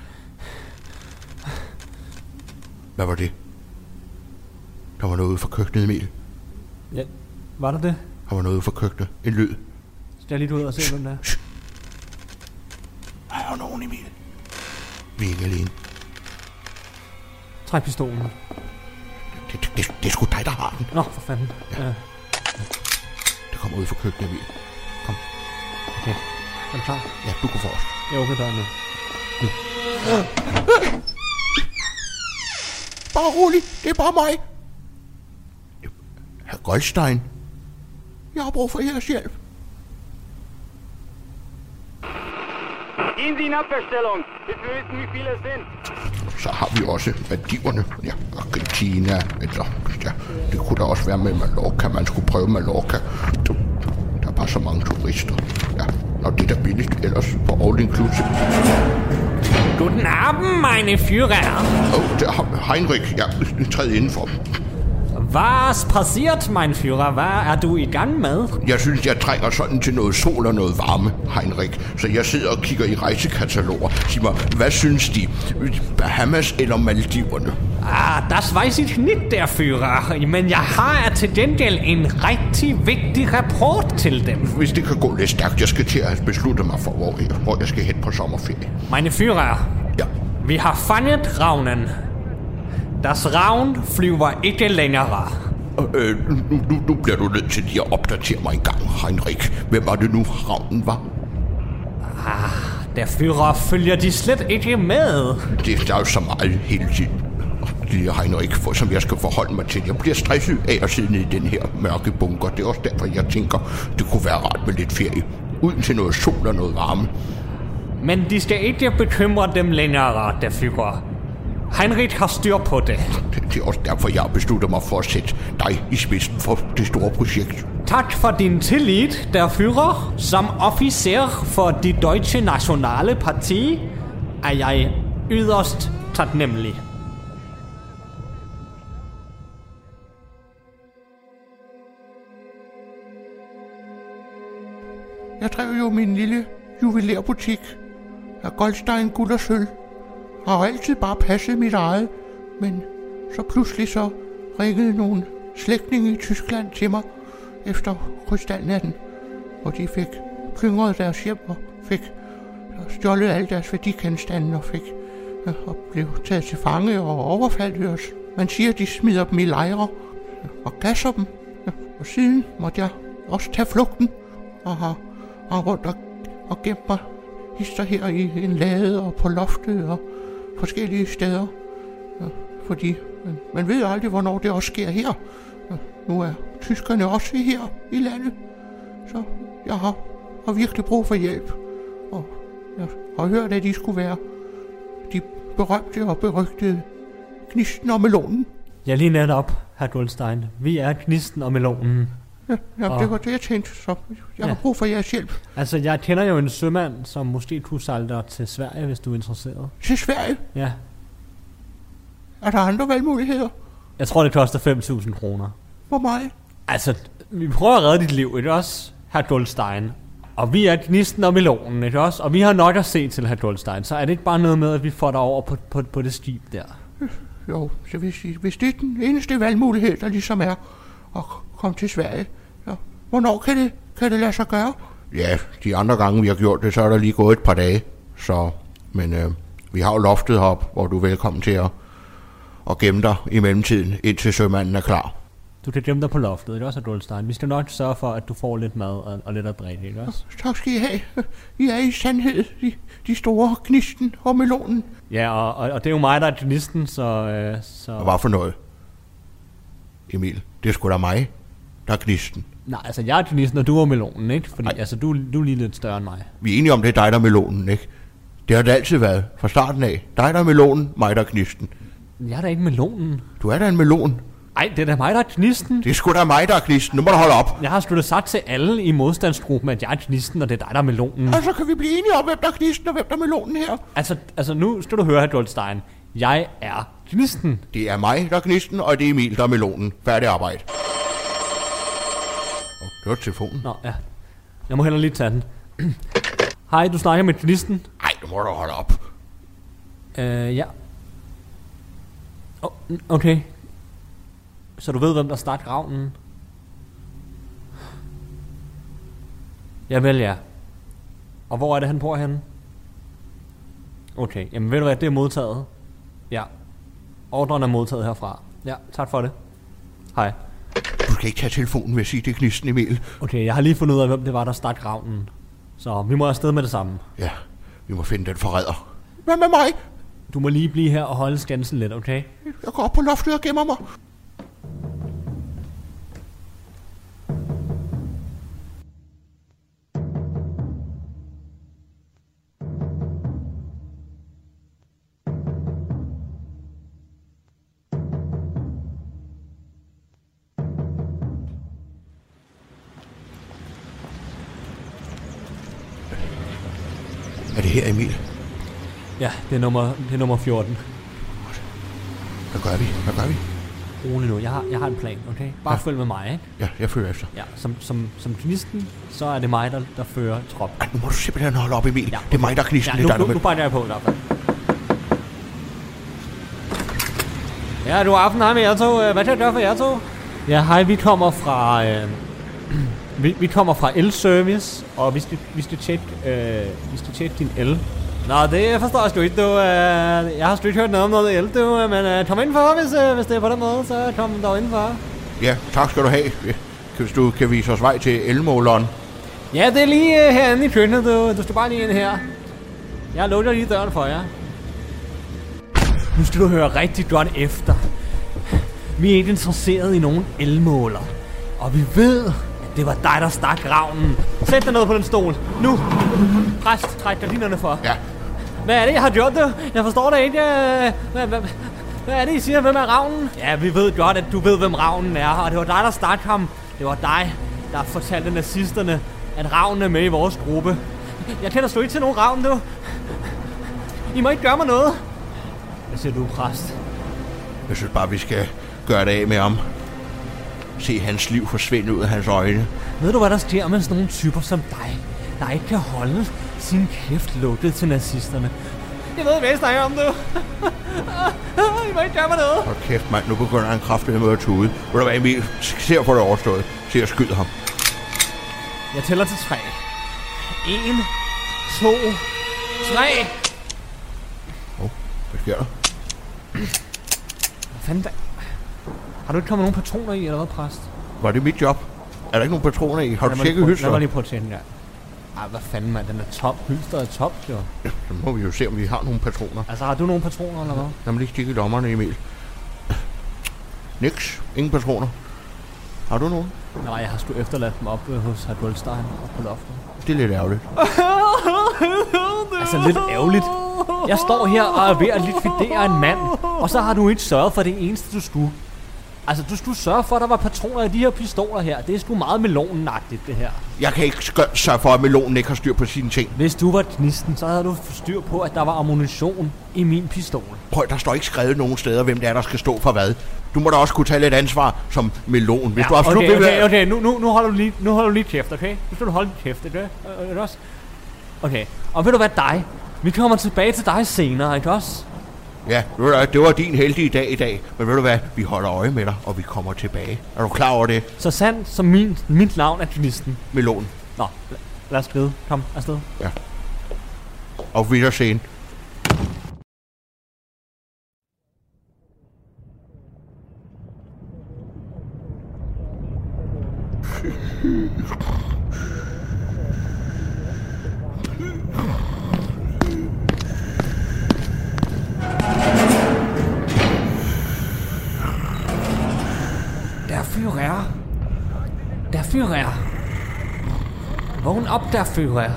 Speaker 7: Hvad var det? Der var noget ude for køkkenet, Emil.
Speaker 8: Ja, var der det?
Speaker 7: Der var noget ude for køkkenet. En lyd.
Speaker 8: Skal jeg lige ud og se, hvem der er?
Speaker 7: Der er nogen, Emil. Vi er ikke alene.
Speaker 8: Træk pistolen.
Speaker 7: Det, det, det, det er sgu dig, der har den.
Speaker 8: Nå, for fanden. Ja. Ja.
Speaker 7: Det kommer ud fra køkkenet, Emil. Kom.
Speaker 8: Okay. Er du klar?
Speaker 7: Ja, du går forrest.
Speaker 8: Jeg åbner døren nu.
Speaker 7: Nu. Bare rolig. Det er bare mig. Herr Goldstein. Jeg har brug for jeres hjælp.
Speaker 9: Gehen Sie in Abwehrstellung, bis wir wissen, wie viele es sind.
Speaker 7: Så har vi også Maldiverne. Ja, Argentina. Eller, ja, det kunne da også være med Mallorca. Man skulle prøve Mallorca. Der er bare så mange turister. Ja, når det er billigt, ellers på all inclusive.
Speaker 8: Guten Abend, meine Führer.
Speaker 7: Åh, oh, der har Heinrich. Ja, træd indenfor.
Speaker 8: Was passiert, mein Führer? Hvad er du i gang med?
Speaker 7: Jeg synes, jeg trænger sådan til noget sol og noget varme, Heinrich. Så jeg sidder og kigger i rejsekataloger. Sig mig, hvad synes de? Bahamas eller Maldiverne?
Speaker 8: Ah, das weiß ich nicht, der Führer. Men jeg har til gengæld en rigtig vigtig rapport til dem.
Speaker 7: Hvis det kan gå lidt stærkt, jeg skal til at beslutte mig for, hvor jeg, hvor jeg skal hen på sommerferie.
Speaker 8: Meine Führer.
Speaker 7: Ja.
Speaker 8: Vi har fanget ravnen. Das Ravn flyver ikke længere.
Speaker 7: Øh, nu, nu, nu bliver du nødt til lige at opdatere mig en gang, Heinrich. Hvem var det nu, ravnen var?
Speaker 8: Ah, der Führer følger de slet ikke med.
Speaker 7: Det er jo så meget hele tiden, lille Heinrich, for, som jeg skal forholde mig til. Jeg bliver stresset af at sidde i den her mørke bunker. Det er også derfor, jeg tænker, det kunne være rart med lidt ferie. Uden til noget sol og noget varme.
Speaker 8: Men de skal ikke bekymre dem længere, der Führer. Heinrich har styr på det.
Speaker 7: det. Det er også derfor, jeg beslutter mig for at sætte dig i spidsen for det store projekt.
Speaker 8: Tak for din tillid, der Führer. Som officer for det Deutsche Nationale Parti er jeg yderst taknemmelig.
Speaker 7: Jeg drev jo min lille juvelærbutik af Goldstein, guld og sølv. Har altid bare passet mit eget, men så pludselig så ringede nogle slægtninge i Tyskland til mig efter krystalnatten, hvor de fik plyngret deres hjem og fik stjålet alle deres værdigenstande og fik ja, og blev taget til fange og overfaldt os. Man siger, at de smider dem i lejre og gasser dem, ja, og siden måtte jeg også tage flugten og har, har rundt og, og gemt mig hister her i en lade og på loftet og forskellige steder, ja, fordi man, man ved aldrig, hvornår det også sker her. Ja, nu er tyskerne også her i landet, så jeg har, har virkelig brug for hjælp, og jeg har hørt, at de skulle være de berømte og berygtede Knisten og Melonen.
Speaker 8: Ja, lige netop, herr Goldstein. Vi er Knisten og Melonen.
Speaker 7: Ja, ja og det var det, jeg tænkte, så jeg ja. har brug for jeres hjælp.
Speaker 8: Altså, jeg kender jo en sømand, som måske kunne sejle dig til Sverige, hvis du er interesseret.
Speaker 7: Til Sverige?
Speaker 8: Ja.
Speaker 7: Er der andre valgmuligheder?
Speaker 8: Jeg tror, det koster fem tusind kroner.
Speaker 7: Hvor meget?
Speaker 8: Altså, vi prøver at redde dit liv, ikke også, herr Goldstein? Og vi er Knisten og Melonen, ikke også? Og vi har nok at se til herr Goldstein, så er det ikke bare noget med, at vi får dig over på, på, på det skib der.
Speaker 7: Jo, så vil jeg sige, hvis det er den eneste valgmulighed, der ligesom er at komme til Sverige, ja, hvornår kan det, kan det lade sig gøre? Ja, de andre gange, vi har gjort det, så er der lige gået et par dage. Så, men øh, vi har jo loftet op, hvor du er velkommen til at, at gemme dig i mellemtiden, indtil sømanden er klar.
Speaker 8: Du kan gemme dig på loftet, ikke også, Adolstein? Vi skal nok sørge for, at du får lidt mad og, og lidt at drikke, ikke også?
Speaker 7: Tak skal I have. I er i sandhed de, de store gnisten og melonen.
Speaker 8: Ja, og, og, og det er jo mig, der er gnisten, så... Øh, så...
Speaker 7: Og hvad for noget? Emil, det er sgu da mig, der er gnisten.
Speaker 8: Nej, altså jeg er gnisten, og du er melonen, ikke? Fordi altså, du, du er lige lidt større end mig.
Speaker 7: Vi er enige om, det er dig, der er melonen, ikke? Det har det altid været, fra starten af. Dig, der er melonen, mig, der er gnisten.
Speaker 8: Jeg er da ikke melonen.
Speaker 7: Du er da en melon.
Speaker 8: Ej, det er da mig, der er gnisten.
Speaker 7: Det er sgu da mig, der er gnisten. Nu må du holde op.
Speaker 8: Jeg har sgu da sagt til alle i modstandsgruppen, at jeg er gnisten, og det er dig, der er melonen.
Speaker 7: Og så kan vi blive enige om, hvem der er gnisten og hvem der er melonen her.
Speaker 8: Altså, altså nu skal du høre, Adolstein. Jeg er gnisten.
Speaker 7: Det er mig, der er gnisten, og det er Emil, der er melonen. Færdig arbejde. Åh, det var telefonen.
Speaker 8: Nå, ja. Jeg må heller lige tage den. Hej, du snakker med gnisten.
Speaker 7: Ej, nu må du holde op.
Speaker 8: Øh, ja. Oh, okay. Så du ved, hvem der starter graven? Javel, ja. Og hvor er det, han bor henne? Okay, jamen ved du hvad, det er modtaget. Ja. Ordren er modtaget herfra. Ja, tak for det. Hej.
Speaker 7: Du skal ikke tage telefonen ved at sige, det er gnisten, Emil.
Speaker 8: Okay, jeg har lige fundet ud af, hvem det var, der startede graven. Så vi må afsted med det samme.
Speaker 7: Ja, vi må finde den forræder. Hvad med mig?
Speaker 8: Du må lige blive her og holde skansen lidt, okay?
Speaker 7: Jeg går op på loftet og gemmer mig. Er det her, Emil?
Speaker 8: Ja, det er nummer, det er nummer fjorten.
Speaker 7: Hvad gør vi? Hvad gør vi?
Speaker 8: Rolig nu, jeg har, jeg har en plan, okay? Bare ja. Følg med mig, ikke?
Speaker 7: Ja, jeg følger efter.
Speaker 8: Ja, som, som, som gnisten, så er det mig, der, der fører trop.
Speaker 7: Ej, nu må du simpelthen holde op, Emil. Ja, okay. Det er mig, der er gnisten.
Speaker 8: Ja, nu,
Speaker 7: det er
Speaker 8: nu, nu, nu bare jeg på i hvert fald. Ja, du aften, hej med jer to. Hvad skal jeg gøre for jer to? Ja, hej, vi kommer fra... Øh, vi, vi kommer fra el-service, og vi skal, vi skal tjekke øh, vi skal tjekke din el. Nå, det forstår jeg sgu ikke, du. Jeg har sgu ikke hørt noget om noget el, du. Men kom indenfor, hvis, hvis det er på den måde, så kom dog indenfor.
Speaker 7: Ja, tak skal du have. Hvis du kan vise os vej til elmåleren.
Speaker 8: Ja, det er lige herinde i køkkenet, du. Du skal bare lige ind her. Jeg lukker lige døren for jer. Nu skal du høre rigtig godt efter. Vi er ikke interesseret i nogen elmåler. Og vi ved, at det var dig, der stak graven. Sæt dig ned på den stol. Nu. Præst, træk gardinerne for.
Speaker 7: Ja.
Speaker 8: Hvad er det, jeg har gjort det? Jeg forstår det ikke. Hvad, hvad, hvad er det, I siger? Hvem er ravnen? Ja, vi ved godt, at du ved, hvem ravnen er. Og det var dig, der stak ham. Det var dig, der fortalte nazisterne, at ravnen er med i vores gruppe. Jeg kender sgu ikke til nogen ravn, du. I må ikke gøre mig noget. Hvad siger du, præst?
Speaker 7: Jeg synes bare, vi skal gøre det af med ham. Se hans liv forsvinde ud af hans øjne.
Speaker 8: Ved du, hvad der sker med sådan nogle typer som dig, der ikke kan holde sin kæft lukket til nazisterne? Jeg ved, hvad jeg snakker om, du. I må ikke gøre mig noget.
Speaker 7: Hold kæft, mand. Nu begynder han kraftigt med at tude. Ved du hvad, Emil? Se at få det overstået. Se at skyde ham.
Speaker 8: Jeg tæller til tre. En, to, tre.
Speaker 7: Åh, oh, hvad sker der?
Speaker 8: Hvad fanden da? Har du ikke kommet nogen patroner i, eller hvad, præst?
Speaker 7: Var det mit job? Er der ikke nogen patroner i? Har du tjekket hylster?
Speaker 8: Lad mig lige prøve at tjekke den der. Ej, hvad fanden, mand? Den er top. Hylster er top, jo.
Speaker 7: Ja, så må vi jo se, om vi har nogle patroner.
Speaker 8: Altså, har du nogle patroner, eller hvad?
Speaker 7: Lad mig lige stikke i lommerne, Emil. Niks. Ingen patroner. Har du nogen?
Speaker 8: Nej, jeg har sgu efterladt dem op hos Adolstein op på loftet.
Speaker 7: Det er lidt ærgerligt.
Speaker 8: Altså, lidt ærgerligt. Jeg står her og er ved at likvidere en mand, og så har du ikke sørget for det eneste, du skulle. Altså, du skulle sørge for, at der var patroner i de her pistoler her. Det er sgu meget melonenagtigt, det her.
Speaker 7: Jeg kan ikke sørge for, at melonen ikke har styr på sine ting.
Speaker 8: Hvis du var gnisten, så havde du styr på, at der var ammunition i min pistol.
Speaker 7: Prøv, der står ikke skrevet nogen steder, hvem det er, der skal stå for hvad. Du må da også kunne tage lidt ansvar som melon. Hvis
Speaker 8: ja,
Speaker 7: du
Speaker 8: okay, okay, okay, okay. Nu, nu, nu, holder du lige, nu holder du lige kæft, okay? Nu skal du holde kæft, ikke? Øh, også? Okay, og ved du hvad, dig? Vi kommer tilbage til dig senere, ikke også?
Speaker 7: Ja, det var din heldige dag i dag. Men ved du hvad, vi holder øje med dig, og vi kommer tilbage. Er du klar over det?
Speaker 8: Så sandt som min, mit navn er Gnisten.
Speaker 7: Melon.
Speaker 8: Nå, lad os skride. Kom afsted.
Speaker 7: Ja. Auf Wiedersehen.
Speaker 8: Der Führer. Der Führer. Vågn op, der Führer.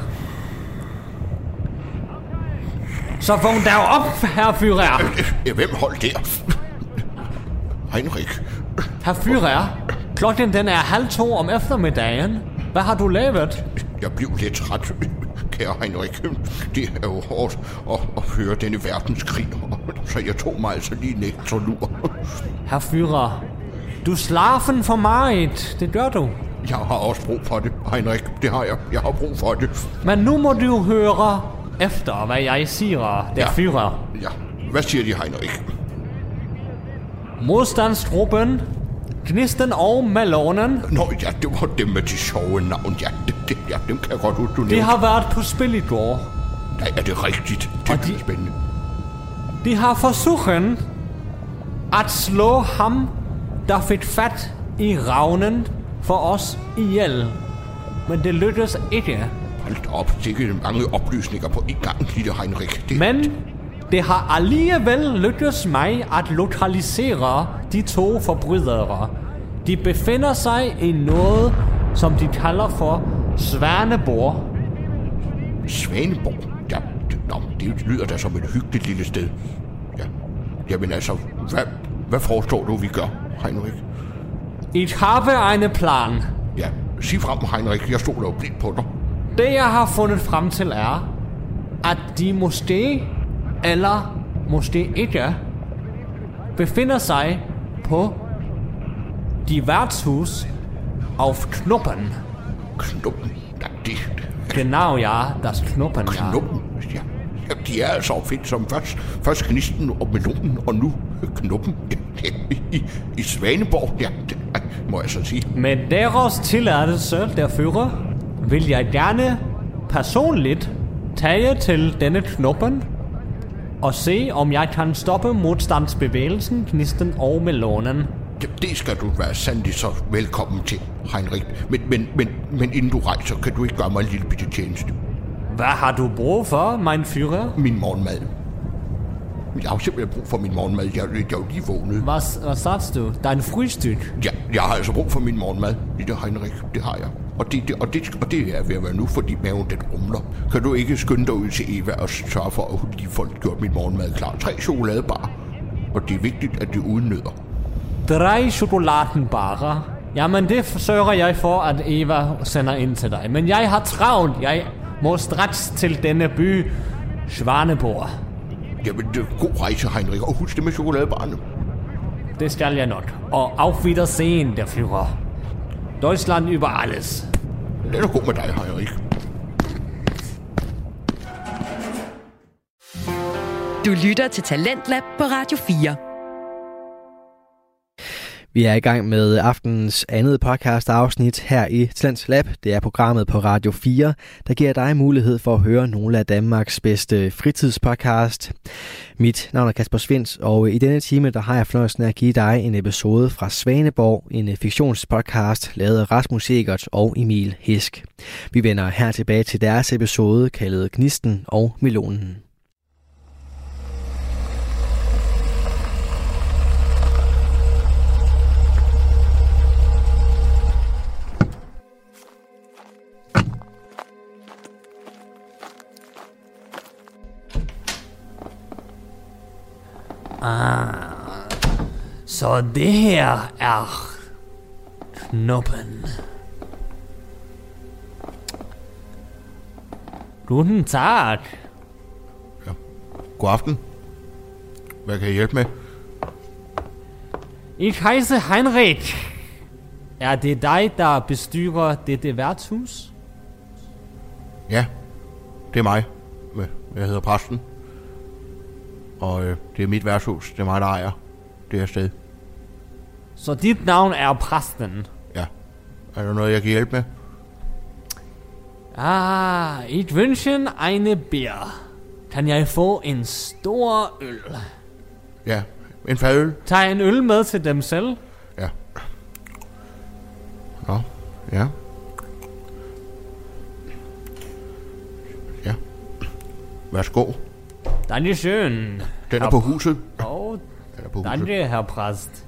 Speaker 8: Så vågn der op, herr Führer.
Speaker 7: Ja, hvem holdt der? Heinrich.
Speaker 8: Herr Führer, klokken den er halv to om eftermiddagen. Hvad har du lavet?
Speaker 7: Jeg blev lidt træt, kære Heinrich. Det er jo hårdt at, at høre denne verdenskrig, så jeg tog mig altså lige en ekstra lur.
Speaker 8: Herr Führer, du slafen for meget. Det gør du.
Speaker 7: Jeg har også brug for det, Heinrich. Det har jeg. Jeg har brug for det.
Speaker 8: Men nu må du høre efter, hvad jeg siger, der
Speaker 7: ja.
Speaker 8: Führer.
Speaker 7: Ja, hvad siger de, Heinrich?
Speaker 8: Modstandstruppen, Gnisten og Melonen.
Speaker 7: Nå ja, det var dem med de sjove navn. Ja, det, det, ja dem kan jeg godt huske, du nævnte.
Speaker 8: De har været på spil i går.
Speaker 7: Nej, er det rigtigt? Det er de, spændende.
Speaker 8: De har forsøgt at slå ham, der fik fat i ravnen for os ihjel. Men det lykkedes ikke.
Speaker 7: Hold op, det er mange oplysninger på en gang, lille Heinrich. Det,
Speaker 8: Men det har alligevel lykkedes mig at lokalisere de to forbrydere. De befinder sig i noget, som de kalder for Svaneborg.
Speaker 7: Svaneborg? Ja, det, nå, det lyder da som et hyggeligt lille sted. Ja, jamen altså, hvad, hvad forestår du, vi gør, Heinrich?
Speaker 8: Ich habe eine Plan.
Speaker 7: Ja, sig frem, Heinrich. Jeg stoler jo blindt på dig.
Speaker 8: Det, jeg har fundet frem til, er, at de måske, eller måske ikke, befinder sig på de værtshus auf Knuppen.
Speaker 7: Knuppen? Ja, det...
Speaker 8: Genau, ja, das Knuppen, ja.
Speaker 7: Knuppen? Ja. Ja, de er altså opfindt som først, først Gnisten og Melonen, og nu Knuppen. Ja, i, i, i Svaneborg, ja, det må jeg så sige.
Speaker 8: Med deres tilladelse, der Führer, vil jeg gerne personligt tage til denne Knuppen og se, om jeg kan stoppe modstandsbevægelsen, Gnisten og Melonen.
Speaker 7: Det, det skal du være sandelig så velkommen til, Heinrich. Men, men, men, men inden du rejser, kan du ikke gøre mig en lille bitte tjeneste?
Speaker 8: Hvad har du brug for, mein Führer?
Speaker 7: Min morgenmad. Jeg har simpelthen brug for min morgenmad. Jeg, jeg er jo lige vågnet.
Speaker 8: Hvad, hvad sagde du? Dein Frühstück?
Speaker 7: Ja, jeg har altså brug for min morgenmad. Det er Heinrich, det har jeg. Og det, det, og, det, og det er ved at være nu, fordi maven den rumler. Kan du ikke skynde dig ud til Eva og sørge for, at hun lige får gjort min morgenmad klar? Tre chokoladebarer. Og det er vigtigt, at det uden nødder.
Speaker 8: Tre chokoladenbarer? Jamen det sørger jeg for, at Eva sender ind til dig. Men jeg har travlt. Jeg må straks til denne by, Svaneborg.
Speaker 7: Jamen, det er god rejse, Heinrich. Og husk det med chokoladebarne.
Speaker 8: Det skal jeg nok. Og auf Wiedersehen, der Führer. Deutschland über alles.
Speaker 7: Det er da god med dig, Heinrich.
Speaker 2: Du lytter til Talentlab på Radio fire.
Speaker 3: Vi er i gang med aftenens andet podcast-afsnit her i Talents Lab. Det er programmet på Radio fire, der giver dig mulighed for at høre nogle af Danmarks bedste fritidspodcast. Mit navn er Kasper Svinds, og i denne time der har jeg fornøjelsen af at give dig en episode fra Svaneborg, en fiktionspodcast lavet af Rasmus Egert og Emil Hisk. Vi vender her tilbage til deres episode kaldet Gnisten og Melonen.
Speaker 8: Ah, så det her er Knuppen. Guten Tag.
Speaker 7: Ja. God aften. Hvad kan jeg hjælpe med?
Speaker 8: Ich heiße Heinrich. Er det dig, der bestyrer dette værtshus?
Speaker 7: Ja, det er mig. Jeg hedder præsten. og øh, det er mit værtshus. Det er mig, der ejer det her sted.
Speaker 8: Så dit navn er præsten?
Speaker 7: Ja. Er der noget, jeg kan hjælpe med?
Speaker 8: Ah, ich wünschen eine Bier. Kan jeg få en stor øl?
Speaker 7: Ja, en fadøl.
Speaker 8: Tag en øl med til dem selv.
Speaker 7: Ja. Nå, ja. Ja. Værsgo.
Speaker 8: Dankeschön.
Speaker 7: Den er på huset.
Speaker 8: Åh, oh, danke, herr Præst.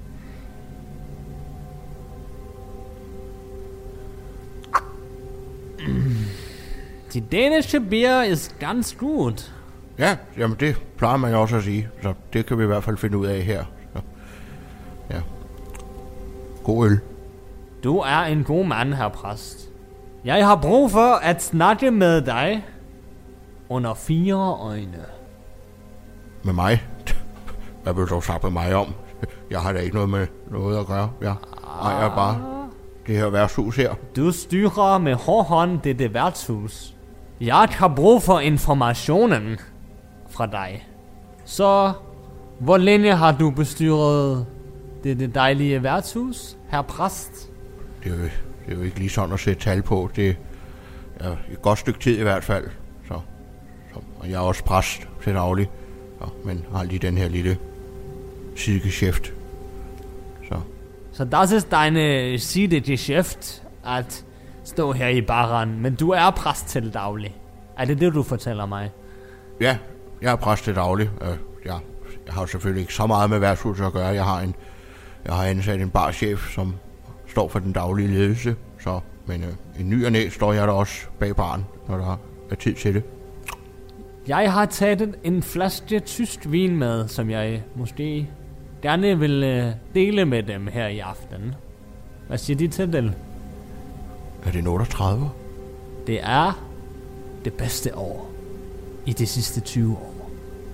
Speaker 8: Die dänische Bier ist ganz gut.
Speaker 7: Ja, jamen det plejer man jo også at sige. Så det kan vi i hvert fald finde ud af her. Så. Ja. God øl.
Speaker 8: Du er en god mand, herr Præst. Jeg har brug for at snakke med dig under fire øjne.
Speaker 7: Med mig? Hvad vil du snakke med mig om? Jeg har da ikke noget med noget at gøre. Jeg ejer bare det her værtshus her.
Speaker 8: Du styrer med hård hånd dette værtshus. Jeg har brug for informationen fra dig. Så hvor længe har du bestyret dette dejlige værtshus, herr Præst?
Speaker 7: Det er, jo, det er jo ikke lige sådan at sætte tal på. Det er et godt stykke tid i hvert fald. Så, så, og jeg er også præst til daglig. Så, men har lige den her lille sidegeschæft. Så.
Speaker 8: Så das ist deine Sidegeschæft at stå her i baren, men du er præst til daglig. Er det det, du fortæller mig?
Speaker 7: Ja, jeg er præst til daglig. Jeg, jeg har selvfølgelig ikke så meget med værtshuset at gøre. Jeg har en, jeg har ansat en barchef, som står for den daglige ledelse. Så, men øh, en ny og næ står jeg der også bag baren, når der er tid til det.
Speaker 8: Jeg har taget en flaske tysk vin med, som jeg måske gerne vil øh, dele med dem her i aften. Hvad siger de til det?
Speaker 7: Er det en otteogtredive?
Speaker 8: Det er det bedste år i de sidste tyve år.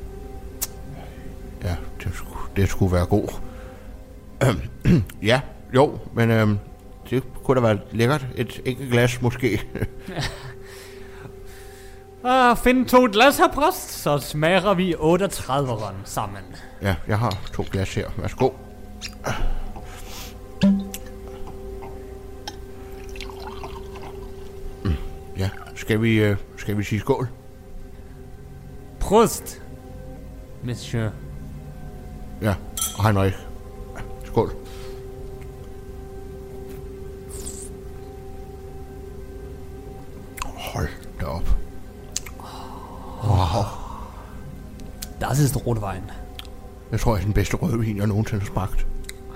Speaker 7: Ja, det skulle, det skulle være god. Ja, jo, men øhm, det kunne da være lækkert. Et enkelt glas måske.
Speaker 8: ah, find to glas, herr Præst, så smager vi otteogtrediveren sammen.
Speaker 7: Ja, jeg har to glas her. Værsgo. Ja, skal vi, øh, skal vi sige skål?
Speaker 8: Prost, monsieur.
Speaker 7: Ja, og Heinrich. Skål. Hold da op. Wow.
Speaker 8: Das ist Rotwein.
Speaker 7: Jeg tror, det er den bedste rødvin, jeg nogensinde har smagt.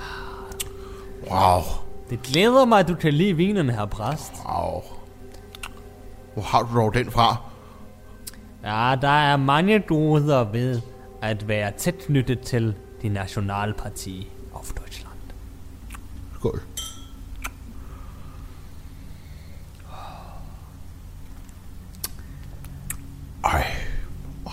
Speaker 7: Wow.
Speaker 8: Det glæder mig, at du kan lide vinen, herr Præst.
Speaker 7: Wow. Hvor har du dog den fra?
Speaker 8: Ja, der er mange goder ved at være tæt knyttet til de Nationalparti af Deutschland.
Speaker 7: Skål. Ej. Wow.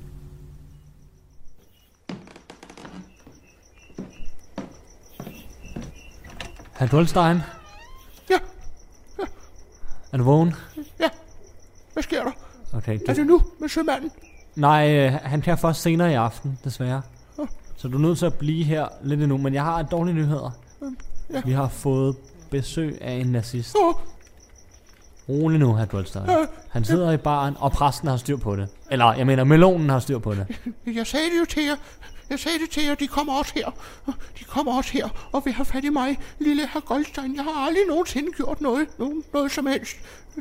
Speaker 8: Herr Goldstein?
Speaker 7: Ja. Ja.
Speaker 8: Er du vågen?
Speaker 7: Ja. Hvad sker der?
Speaker 8: Okay,
Speaker 7: er det nu med sømanden?
Speaker 8: Nej, øh, han kan først senere i aften, desværre. Ja. Så du er nødt til at blive her lidt endnu, men jeg har dårlige nyheder. Ja. Vi har fået besøg af en nazist. Ja. Rolig nu, herr Goldstein. Ja. Han sidder ja. i baren, og præsten har styr på det. Eller, jeg mener, melonen har styr på det.
Speaker 7: Jeg sagde det jo til jer. Jeg sagde det til jer, de kommer også her. De kommer også her, og vil have fat i mig, lille herr Goldstein. Jeg har aldrig nogensinde gjort noget, noget, noget som helst.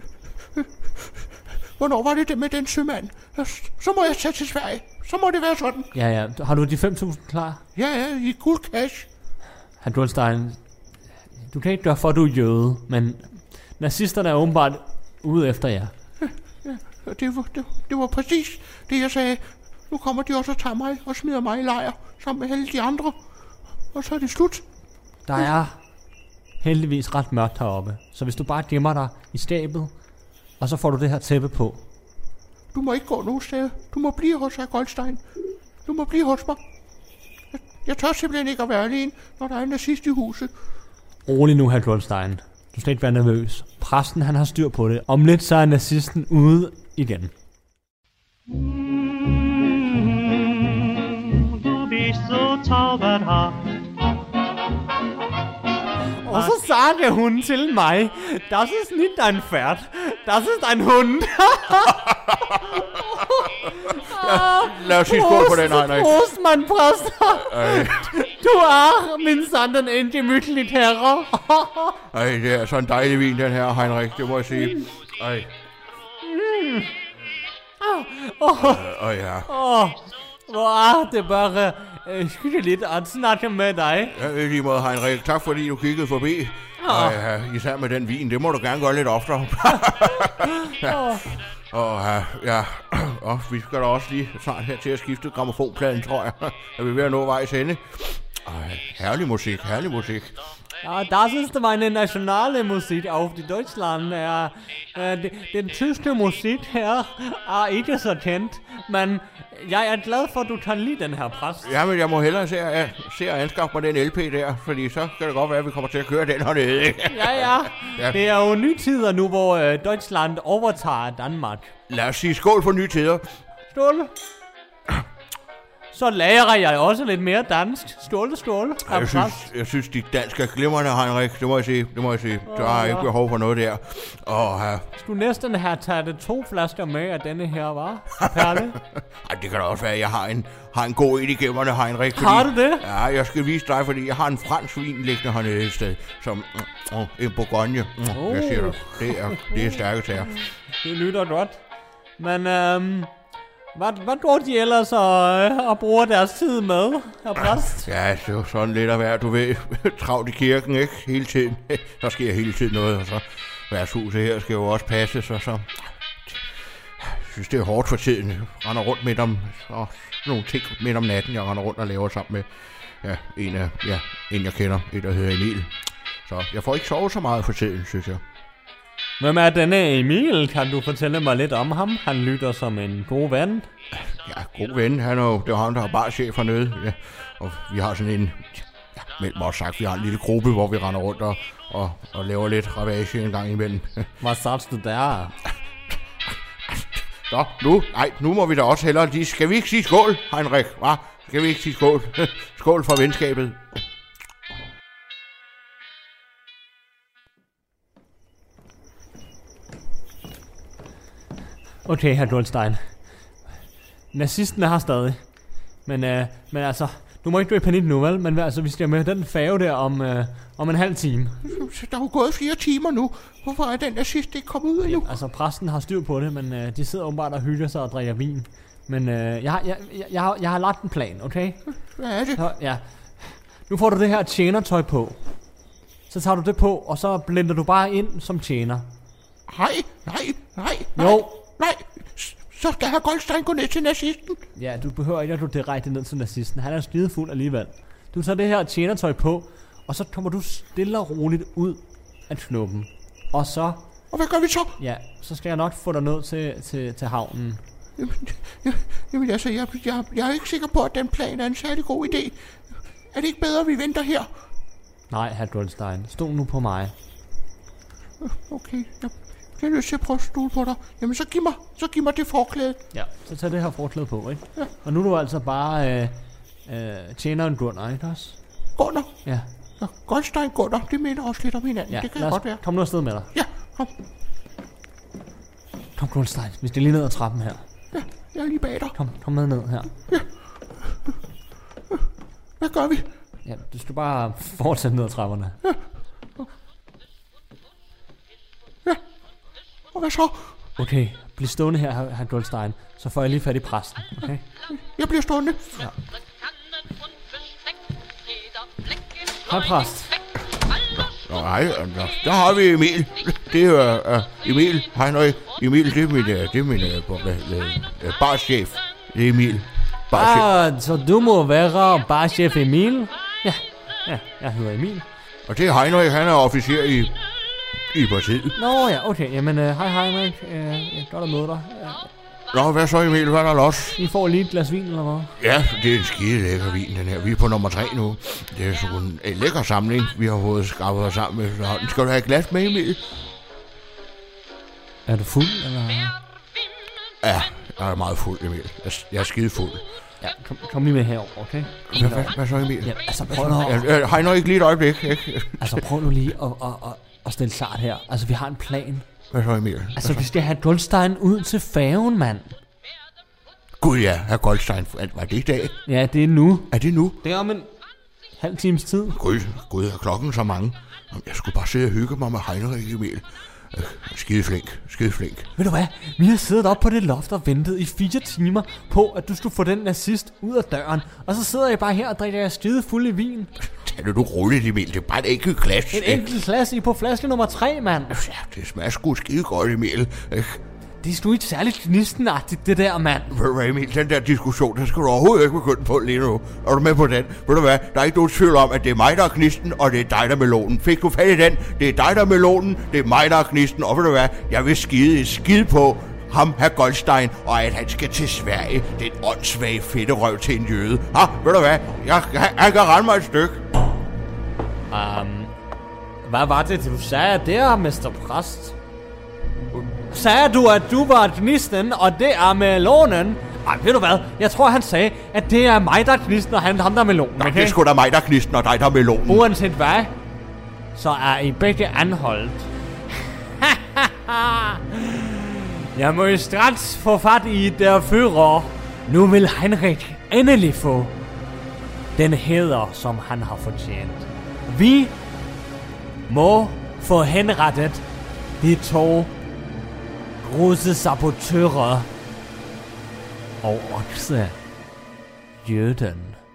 Speaker 7: Hvornår var det det med den sømand? Så må jeg tage til Sverige. Så må det være sådan.
Speaker 8: Ja, ja. Har du de fem tusind klar?
Speaker 7: Ja, ja, i guld cash.
Speaker 8: Herr Goldstein, du kan ikke gøre for, at du er jøde, men nazisterne er åbenbart ude efter jer.
Speaker 7: Ja, ja det, var, det, det var præcis det, jeg sagde. Nu kommer de også og tager mig og smider mig i lejr sammen med alle de andre. Og så er det slut.
Speaker 8: Der er heldigvis ret mørkt heroppe, så hvis du bare gemmer dig i skabet, og så får du det her tæppe på.
Speaker 7: Du må ikke gå nogen sted. Du må blive hos herr Goldstein. Du må blive hos mig. Jeg, jeg tør simpelthen ikke at være alene, når der er en nazist i huset.
Speaker 8: Rolig nu, herr Goldstein. Du skal ikke være nervøs. Præsten, han har styr på det. Om lidt så er nazisten ude igen.
Speaker 10: torvet har.
Speaker 8: Og så sagde hun til mig, das ist nicht ein Pferd, das ist ein Hund.
Speaker 7: Ja, lad os sige skål på den, Heinrich.
Speaker 8: Prost, mein Præster. Du er min sanden en gemütligt herre.
Speaker 7: Ej, det er så en dejlig vin, den her, Heinrich, det må jeg sige. Ej.
Speaker 8: Mm. Åh, oh,
Speaker 7: oh, ja.
Speaker 8: oh, hvor er det bare uh, skyldeligt at snakke med dig.
Speaker 7: Ja, i lige måde, Heinrich. Tak fordi du kiggede forbi. Oh. Og ja, især med den vin, det må du gerne gøre lidt oftere. Ja. Og uh, ja, og vi skal da også lige snart her til at skifte grammofonpladen, tror jeg. Er vi ved at nå vejs ende? Ej, herlig musik, herlig musik.
Speaker 8: Ja, das ist meine nationale Musik auf die Deutschland. Ja, äh, den tyske musik her er ikke så kendt, men jeg er glad for, at du kan lide den her, præst.
Speaker 7: Ja, men jeg må hellere se at, se at anskaffe mig den L P der, fordi så kan det godt være, at vi kommer til at køre den hernede, ikke?
Speaker 8: Ja, ja. Ja. Det er jo nye tider nu, hvor øh, Deutschland overtager Danmark.
Speaker 7: Lad os sige skål for nye tider.
Speaker 8: Skål. Så lærer jeg også lidt mere dansk. Skål, skål.
Speaker 7: Jeg synes, jeg synes, dit dansk er glimrende, Heinrich. Det må jeg sige. Det må jeg sige. Oh, der er ja. ikke behov for noget der. Oh, uh.
Speaker 8: Skulle næsten have taget to flasker med af denne her, var? Perle?
Speaker 7: Ej, det kan da også være, at jeg har en, har en god en i gemmerne, Heinrich. Fordi,
Speaker 8: har du det?
Speaker 7: Ja, jeg skal vise dig, fordi jeg har en fransk vin liggende hernede et sted. Som uh, en Bourgogne. Uh, oh. Jeg siger dig. Det er, det er stærke sager.
Speaker 8: Det lyder godt. Men øhm... Hvad, hvad går de ellers og, øh, og bruger deres tid med, herr præst?
Speaker 7: Ja, det er jo sådan lidt at være, du ved, travlt i kirken, ikke? Hele tiden. Der sker hele tiden noget, og så værtshuset her skal jo også passes, og så... Jeg synes, det er hårdt for tiden. Jeg render rundt midt om... Og nogle ting midt om natten, jeg render rundt og laver sammen med... Ja, en af... Ja, en jeg kender, et der hedder Emil. Så jeg får ikke sovet så meget for tiden, synes jeg.
Speaker 8: Hvem er denne Emil? Kan du fortælle mig lidt om ham? Han lyder som en god ven.
Speaker 7: Ja, god ven. Han er jo, det er ham, der er barchef hernede. Ja. Og vi har sådan en... Ja, mellem os sagt, vi har en lille gruppe, hvor vi render rundt og, og, og laver lidt ravage en gang imellem.
Speaker 8: Hvad sagde du der?
Speaker 7: Nå, nu, nej, nu må vi da også hellere lige... Skal vi ikke sige skål, Heinrich? Hva? Skal vi ikke sige skål? Skål for venskabet.
Speaker 8: Okay, herr Goldstein. Nazisten er her stadig. Men, øh, men altså, du må ikke gå i panik nu, vel? Men altså, vi skal med den færge der om, øh, om en halv time.
Speaker 7: Der er jo gået flere timer nu. Hvorfor er den nazist ikke kommet ud endnu?
Speaker 8: Ja, altså, præsten har styr på det, men øh, de sidder åbenbart og hygger sig og drikker vin. Men øh, jeg, har, jeg, jeg, jeg, har, jeg har lagt en plan, okay?
Speaker 7: Hvad er det?
Speaker 8: Så, ja. Nu får du det her tjenertøj på. Så tager du det på, og så blender du bare ind som tjener.
Speaker 7: Nej, nej, nej, nej.
Speaker 8: Jo.
Speaker 7: Nej, så skal herr Goldstein gå ned til nazisten.
Speaker 8: Ja, du behøver ikke at gå direkte ned til nazisten. Han er skidefuld alligevel. Du tager det her tjenertøj på, og så kommer du stille og roligt ud af knuppen. Og så...
Speaker 7: Og hvad gør vi så?
Speaker 8: Ja, så skal jeg nok få dig ned til, til, til havnen.
Speaker 7: Jamen, jeg, jamen altså, jeg, jeg, jeg er ikke sikker på, at den plan er en særlig god idé. Er det ikke bedre, at vi venter her?
Speaker 8: Nej, herr Goldstein. Stol nu på mig.
Speaker 7: Okay, jeg... Jeg har lyst til at prøve at stole på dig. Jamen, så giv mig, så giv mig det forklæde.
Speaker 8: Ja, så tag det her forklæde på, ikke?
Speaker 7: Ja.
Speaker 8: Og nu er du altså bare øh, øh, tjeneren Gunnar, ikke også?
Speaker 7: Gunnar?
Speaker 8: Ja.
Speaker 7: Ja, Goldstein Gunnar, det minder også lidt om hinanden.
Speaker 8: Ja,
Speaker 7: det kan
Speaker 8: os,
Speaker 7: godt være.
Speaker 8: Kom nu afsted med dig.
Speaker 7: Ja, kom.
Speaker 8: Kom, Goldstein. Vi skal lige ned ad trappen her.
Speaker 7: Ja, jeg er lige bag dig.
Speaker 8: Kom, kom med ned her.
Speaker 7: Ja. Hvad gør vi?
Speaker 8: Ja, du skal bare fortsætte ned ad trapperne.
Speaker 7: Ja. Og hvad så?
Speaker 8: Okay, bliv stående her, herr Goldstein. Så får jeg lige fat i præsten, okay?
Speaker 7: Jeg bliver stående.
Speaker 8: Ja. Hej, præst.
Speaker 7: Nå, nej, der har vi Emil. Det er uh, Emil. Hej, nøj. Emil, det er min, det er min uh, uh, barchef. Det er Emil.
Speaker 8: Barchef. Ah, så du må være barchef Emil? Ja, ja, jeg hedder Emil.
Speaker 7: Og det er Heinrich, han er officer i... I partiet.
Speaker 8: Nå ja, okay. Jamen, øh, hej Heinrich. Øh, godt at møde dig. Ja.
Speaker 7: Nå, hvad så Emil? Hvad er der los?
Speaker 8: I får lige et glas vin, eller hvad?
Speaker 7: Ja, det er en skide lækker vin, den her. Vi er på nummer tre nu. Det er sådan en, en lækker samling, vi har fået skaffet os sammen med. Skal du have et glas med, Emil?
Speaker 8: Er du fuld, eller?
Speaker 7: Ja, Jeg er meget fuld, Emil. Jeg, jeg er skide fuld.
Speaker 8: Ja, kom, kom lige med herover, okay?
Speaker 7: Hvad, hvad, hvad så, Emil?
Speaker 8: Ja, altså prøv nu... Jeg,
Speaker 7: jeg hegner ikke lige et øjeblik, ikke?
Speaker 8: Altså prøv nu lige at, at, at, at stille klart her. Altså, vi har en plan.
Speaker 7: Hvad så, Emil?
Speaker 8: Altså, vi skal have Goldstein ud til færgen, mand.
Speaker 7: Gud ja, herr Goldstein. Var det i dag?
Speaker 8: Ja, det er nu.
Speaker 7: Er det nu?
Speaker 8: Det er om en halv times tid.
Speaker 7: Gud, Gud, er klokken så mange? Jeg skulle bare sidde og hygge mig med Heinrich, Emil. Øh, skide flink, skide flink.
Speaker 8: Ved du hvad? Vi har siddet op på det loft og ventet i fire timer på, at du skulle få den nazist ud af døren. Og så sidder jeg bare her og drikker jer skide fuld i vin.
Speaker 7: Tag det du roligt, Emil. Det er bare et enkelt glas.
Speaker 8: En enkelt glas i på flaske nummer tre, mand.
Speaker 7: Ja, det smager sgu skide godt, Emil.
Speaker 8: Det er sgu ikke særligt gnistenagtigt, det der, mand.
Speaker 7: Ved du hvad, Emil? Den der diskussion, der skal du overhovedet ikke begynde på lige nu. Er du med på den? Ved du hvad? Der er ikke nogen tvivl om, at det er mig, der er gnisten, og det er dig, der er melonen. Fik du fat i den? Det er dig, der er melonen. Det er mig, der er gnisten. Og ved du hvad? Jeg vil skide skide på ham, herr Goldstein, og at han skal til Sverige. Det er en åndssvag fedterøv til en jøde. Ha, ved du hvad? Jeg, jeg, jeg kan rende mig et stykke.
Speaker 8: Um, hvad var det, du sagde der, mister Præst? Sagde du, at du var gnisten, og det er melonen? Ej, ved du hvad? Jeg tror, han sagde, at det er mig, der er gnisten, og han ham, der er melonen.
Speaker 7: Okay? Det er sgu da mig, der er gnisten, og dig, der er melonen.
Speaker 8: Uanset hvad, så er I begge anholdt. Jeg må jo straks få fat i der Führer. Nu vil Heinrich endelig få den hæder, som han har fortjent. Vi må få henrettet de to große sabotører og også jøden.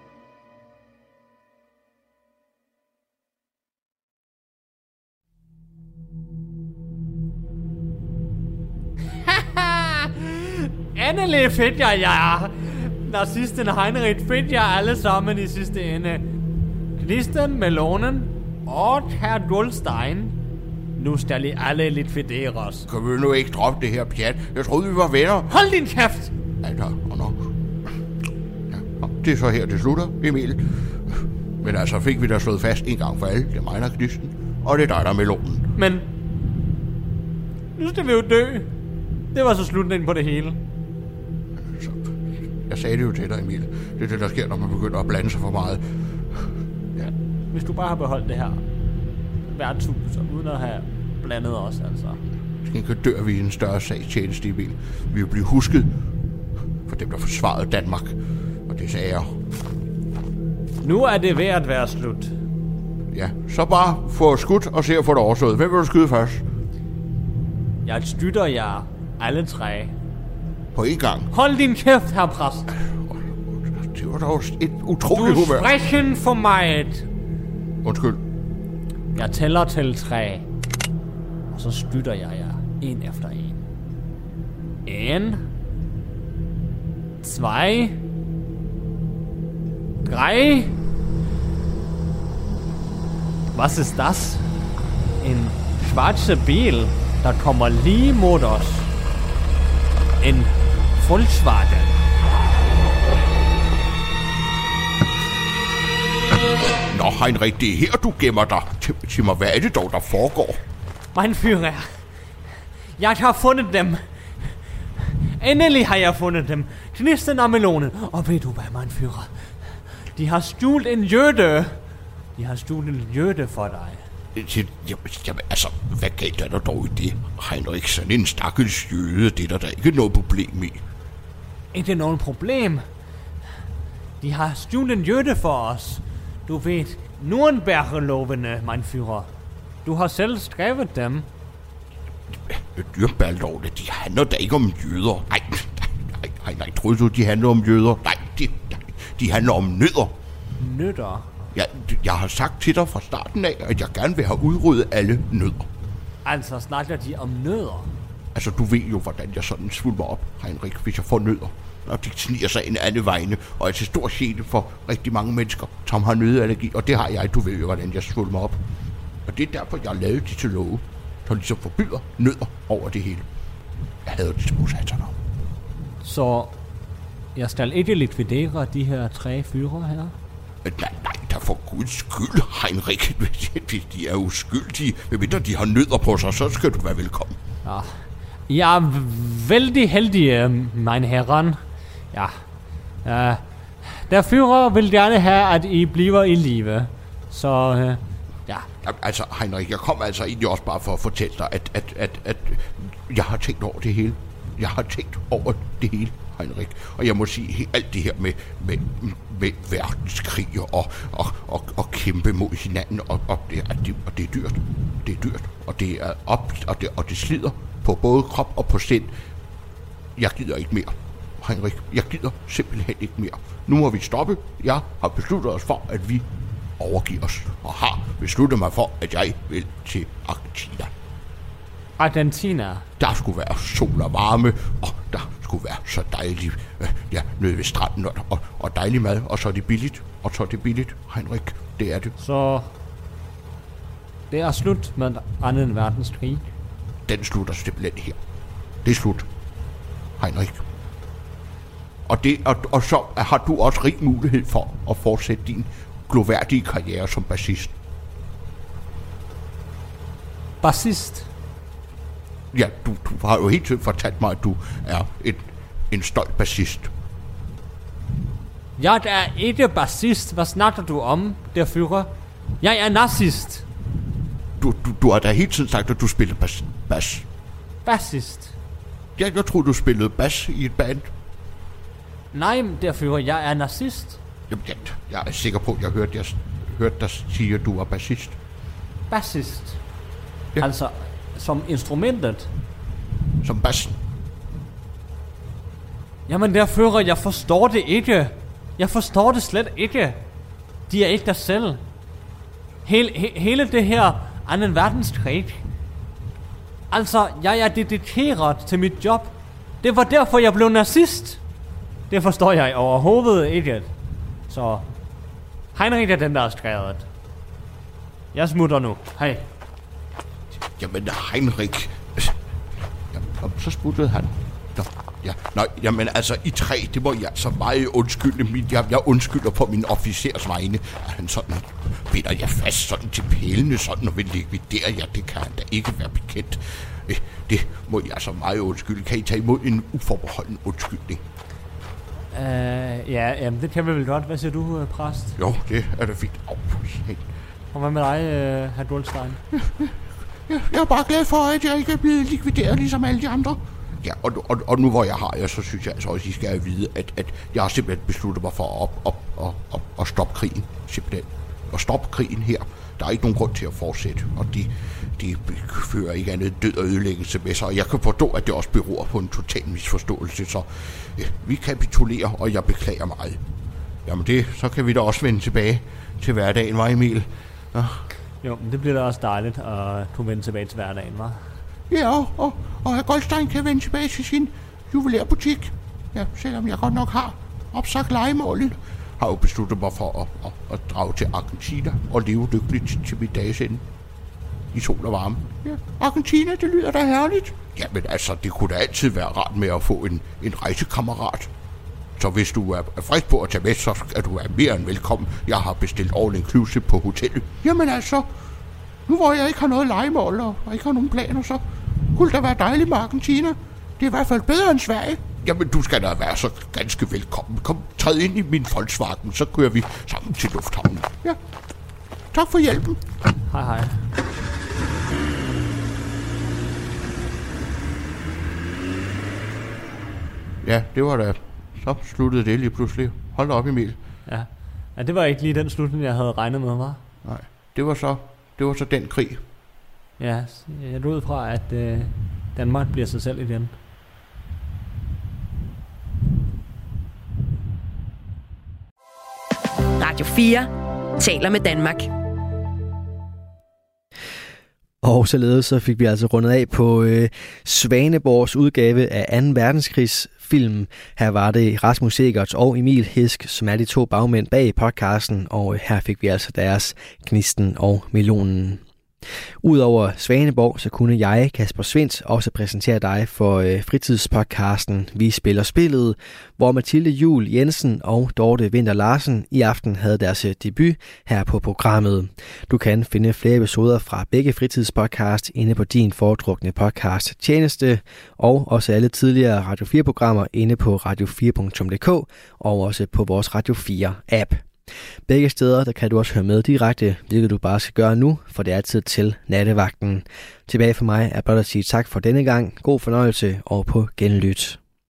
Speaker 8: Endelig fedt jeg jer. Nazisten Heinrich fedt jer alle sammen i sidste ende. Gnisten, melonen og herr Goldstein. Nu skal I alle likvideres.
Speaker 7: Kan vi nu ikke droppe det her pjat? Jeg troede, vi var venner.
Speaker 8: Hold din kæft!
Speaker 7: Altså, og nok. Ja, det er så her, det slutter, Emil. Men altså, fik vi da slået fast en gang for alle. Det er mig, der er gnisten, og det er dig, der er melonen.
Speaker 8: Men nu skal vi jo dø. Det var så slutningen på det hele.
Speaker 7: Så, jeg sagde det jo til dig, Emil. Det er det, der sker, når man begynder at blande sig for meget.
Speaker 8: Ja. Hvis du bare har beholdt det her værtshus, uden at have blandet os, altså.
Speaker 7: Skal dør vi i en større sagstjeneste, Emil. Vi vil blive husket for dem, der forsvarede Danmark og dets ære.
Speaker 8: Nu er det ved at være slut.
Speaker 7: Ja, så bare få skudt og se at få det overstået. Hvem vil du skyde først?
Speaker 8: Jeg støtter jer alle tre.
Speaker 7: På en gang?
Speaker 8: Hold din kæft, herr præst.
Speaker 7: Det var dog et utroligt humør.
Speaker 8: Du sprechen for mig.
Speaker 7: Undskyld.
Speaker 8: Jeg tæller til tre. Og så støtter jeg jer en efter en. En. Zwei. Drei. Was ist das? En schwarze Bil, der kommer lige mod os. En Volkswagen.
Speaker 7: Nå, Heinrich, det er her, du gemmer dig. Sig mig, hvad er det dog, der foregår?
Speaker 8: Mein Führer, jeg har fundet dem. Endelig har jeg fundet dem. Gnisten og melonen. Og ved du hvad, mein Führer? De har stjålet en jøde. De har stjålet en jøde for dig.
Speaker 7: Jamen, altså, hvad galt er der dog i det? Heinrich, sådan en stakkels jøde, det er der da ikke noget problem i.
Speaker 8: Ikke noget problem. De har stjålet en jøde for os. Du ved, Nürnberg-lovene, mein Führer. Du har selv skrevet dem.
Speaker 7: Nürnberg-lovene, de handler da ikke om jøder. Nej, nej, nej, nej, troede du, de handler om jøder? Nej, de, de handler om nødder.
Speaker 8: Nødder?
Speaker 7: Ja, jeg har sagt til dig fra starten af, at jeg gerne vil have udryddet alle nødder.
Speaker 8: Altså snakker de om nødder?
Speaker 7: Altså, du ved jo, hvordan jeg sådan svulmer op, Heinrich, hvis jeg får nødder. Og de sniger sig ind alle vegne, og er til stor gene for rigtig mange mennesker, som har nøddeallergi, og det har jeg, du ved jo, hvordan jeg svulmer op. Og det er derfor, jeg har lavet de til love, som ligesom forbyder nødder over det hele. Jeg hader de små sataner.
Speaker 8: Så jeg skal ikke likvidere de her tre fyre her?
Speaker 7: Nej, nej, der for guds skyld, Heinrich. De er uskyldige. Medmindre de har nødder på sig, så skal du være velkommen.
Speaker 8: Ja, Jeg er vældig heldig, mine herren. Ja. Uh, der Führer vil gerne have, at I bliver i live. Så, uh, ja.
Speaker 7: Altså, Heinrich, jeg kommer altså egentlig også bare for at fortælle dig, at, at, at, at jeg har tænkt over det hele. Jeg har tænkt over det hele, Heinrich. Og jeg må sige, alt det her med, med, med verdenskrig og, og, og, og kæmpe mod hinanden, og, og, det, og, det, og det er dyrt. Det er dyrt, og det er op, og det, og det slider på både krop og på sind. Jeg gider ikke mere, Heinrich. Jeg gider simpelthen ikke mere. Nu må vi stoppe. Jeg har besluttet os for, at vi overgiver os, og har besluttet mig for, at jeg vil til Argentina.
Speaker 8: Argentina?
Speaker 7: Der skulle være sol og varme, og der skulle være så dejligt, øh, ja, nede ved stranden, og, og, og dejlig mad, og så er det billigt, og så er det billigt, Heinrich, det er det.
Speaker 8: Så det er slut med anden verdenskrig?
Speaker 7: Den slutter simpelthen her. Det er slut, Heinrich. Og, det, og, og så har du også rig mulighed for at fortsætte din gloværdige karriere som bassist.
Speaker 8: Bassist?
Speaker 7: Ja, du, du har jo helt tiden fortalt mig, at du er et, en stolt bassist.
Speaker 8: Jeg er ikke bassist. Hvad snakker du om, der Führer? Jeg er nazist.
Speaker 7: Du, du, du har da hele tiden sagt, at du spiller bas. bas.
Speaker 8: Bassist?
Speaker 7: Ja, jeg troede, du spillede bas i et band.
Speaker 8: Nej, der Führer, jeg er nazist.
Speaker 7: Jamen, jeg, jeg er sikker på, at jeg hørte, jeg hørte dig sige, at du er bassist.
Speaker 8: Bassist?
Speaker 7: Ja.
Speaker 8: Altså, som instrumentet?
Speaker 7: Som bassen?
Speaker 8: Jamen, der Führer, jeg forstår det ikke. Jeg forstår det slet ikke. De er ikke der selv. Hele, he, hele det her anden verdenskrig. Altså, jeg er dedikeret til mit job. Det var derfor, jeg blev nazist. Det forstår jeg overhovedet ikke. Så Heinrich er den, der har skrevet. Jeg smutter nu. Hej.
Speaker 7: Jamen, Heinrich. Jamen, så smuttede han. Nå, ja. Nå, jamen, altså, I tre, det må jeg så meget undskylde. Jeg, jeg undskylder på min officers vegne, at han sådan binder jeg fast sådan til pælene, sådan og vil likvidere jer. Det kan han da ikke være bekendt. Det må jeg så meget undskylde. Kan I tage imod en uforbeholden undskyldning?
Speaker 8: Uh, ja, jamen, det kan vi vel godt. Hvad siger du, uh, præst?
Speaker 7: Jo, det er da fint. Oh,
Speaker 8: og hvad med dig, uh, hr. Dolstein?
Speaker 7: Jeg, jeg er bare glad for, at jeg ikke er blevet likvideret ligesom alle de andre. Ja, og, og, og nu hvor jeg har jer, så synes jeg altså også, at I skal vide, at, at jeg har simpelthen besluttet mig for at, op, op, op, op, at stoppe krigen. Simpelthen. At stoppe krigen her. Der er ikke nogen grund til at fortsætte, og de, de fører ikke andet død og ødelæggelse med sig. Og jeg kan forstå, at det også beror på en total misforståelse, så ja, vi kapitulerer, og jeg beklager meget. Jamen det, så kan vi da også vende tilbage til hverdagen, var Emil? Ja.
Speaker 8: Jo, men det bliver da også dejligt at kunne vende tilbage til hverdagen, var?
Speaker 7: Ja, og, og, og hr. Goldstein kan vende tilbage til sin juvelærbutik. Ja, selvom jeg godt nok har opsagt lejemålet, har jo besluttet mig for at, at, at drage til Argentina og leve lykkeligt til, til mit dages ende. I sol og varme. Ja, Argentina, det lyder da herligt. Jamen altså, det kunne da altid være rart med at få en, en rejsekammerat. Så hvis du er, er frisk på at tage med, så skal du være mere end velkommen. Jeg har bestilt all inclusive på hotellet. Jamen altså, nu hvor jeg ikke har noget lejemål og, og ikke har nogen planer, så kunne det da være dejligt med Argentina. Det er i hvert fald bedre end Sverige. Jamen, du skal da være så ganske velkommen. Kom, træd ind i min Volkswagen, så kører vi sammen til lufthavnen. Ja, tak for hjælpen.
Speaker 8: Hej, hej.
Speaker 7: Ja, det var da. Så sluttede det lige pludselig. Hold da op, Emil.
Speaker 8: Ja. Ja, det var ikke lige den slutning, jeg havde regnet med, var?
Speaker 7: Nej, det var så, det var så den krig.
Speaker 8: Ja, jeg lød fra, at øh, Danmark bliver sig selv igen.
Speaker 2: Radio fire taler med Danmark.
Speaker 3: Og således så fik vi altså rundet af på øh, Svaneborgs udgave af anden verdenskrigsfilm. Her var det Rasmus Segerts og Emil Hisk, som er de to bagmænd bag podcasten, og øh, her fik vi altså deres Gnisten og Melonen. Udover Svaneborg, så kunne jeg, Kasper Svindt, også præsentere dig for øh, fritidspodcasten Vi Spiller Spillet, hvor Mathilde Juhl Jensen og Dorte Winther Larsen i aften havde deres debut her på programmet. Du kan finde flere episoder fra begge fritidspodcast inde på din foretrukne podcast tjeneste, og også alle tidligere Radio fire-programmer inde på radio fire punktum d k og også på vores Radio fire app. Begge steder der kan du også høre med direkte, hvilket du bare skal gøre nu, for det er tid til nattevagten. Tilbage for mig er blot at sige tak for denne gang, god fornøjelse og på genlyt.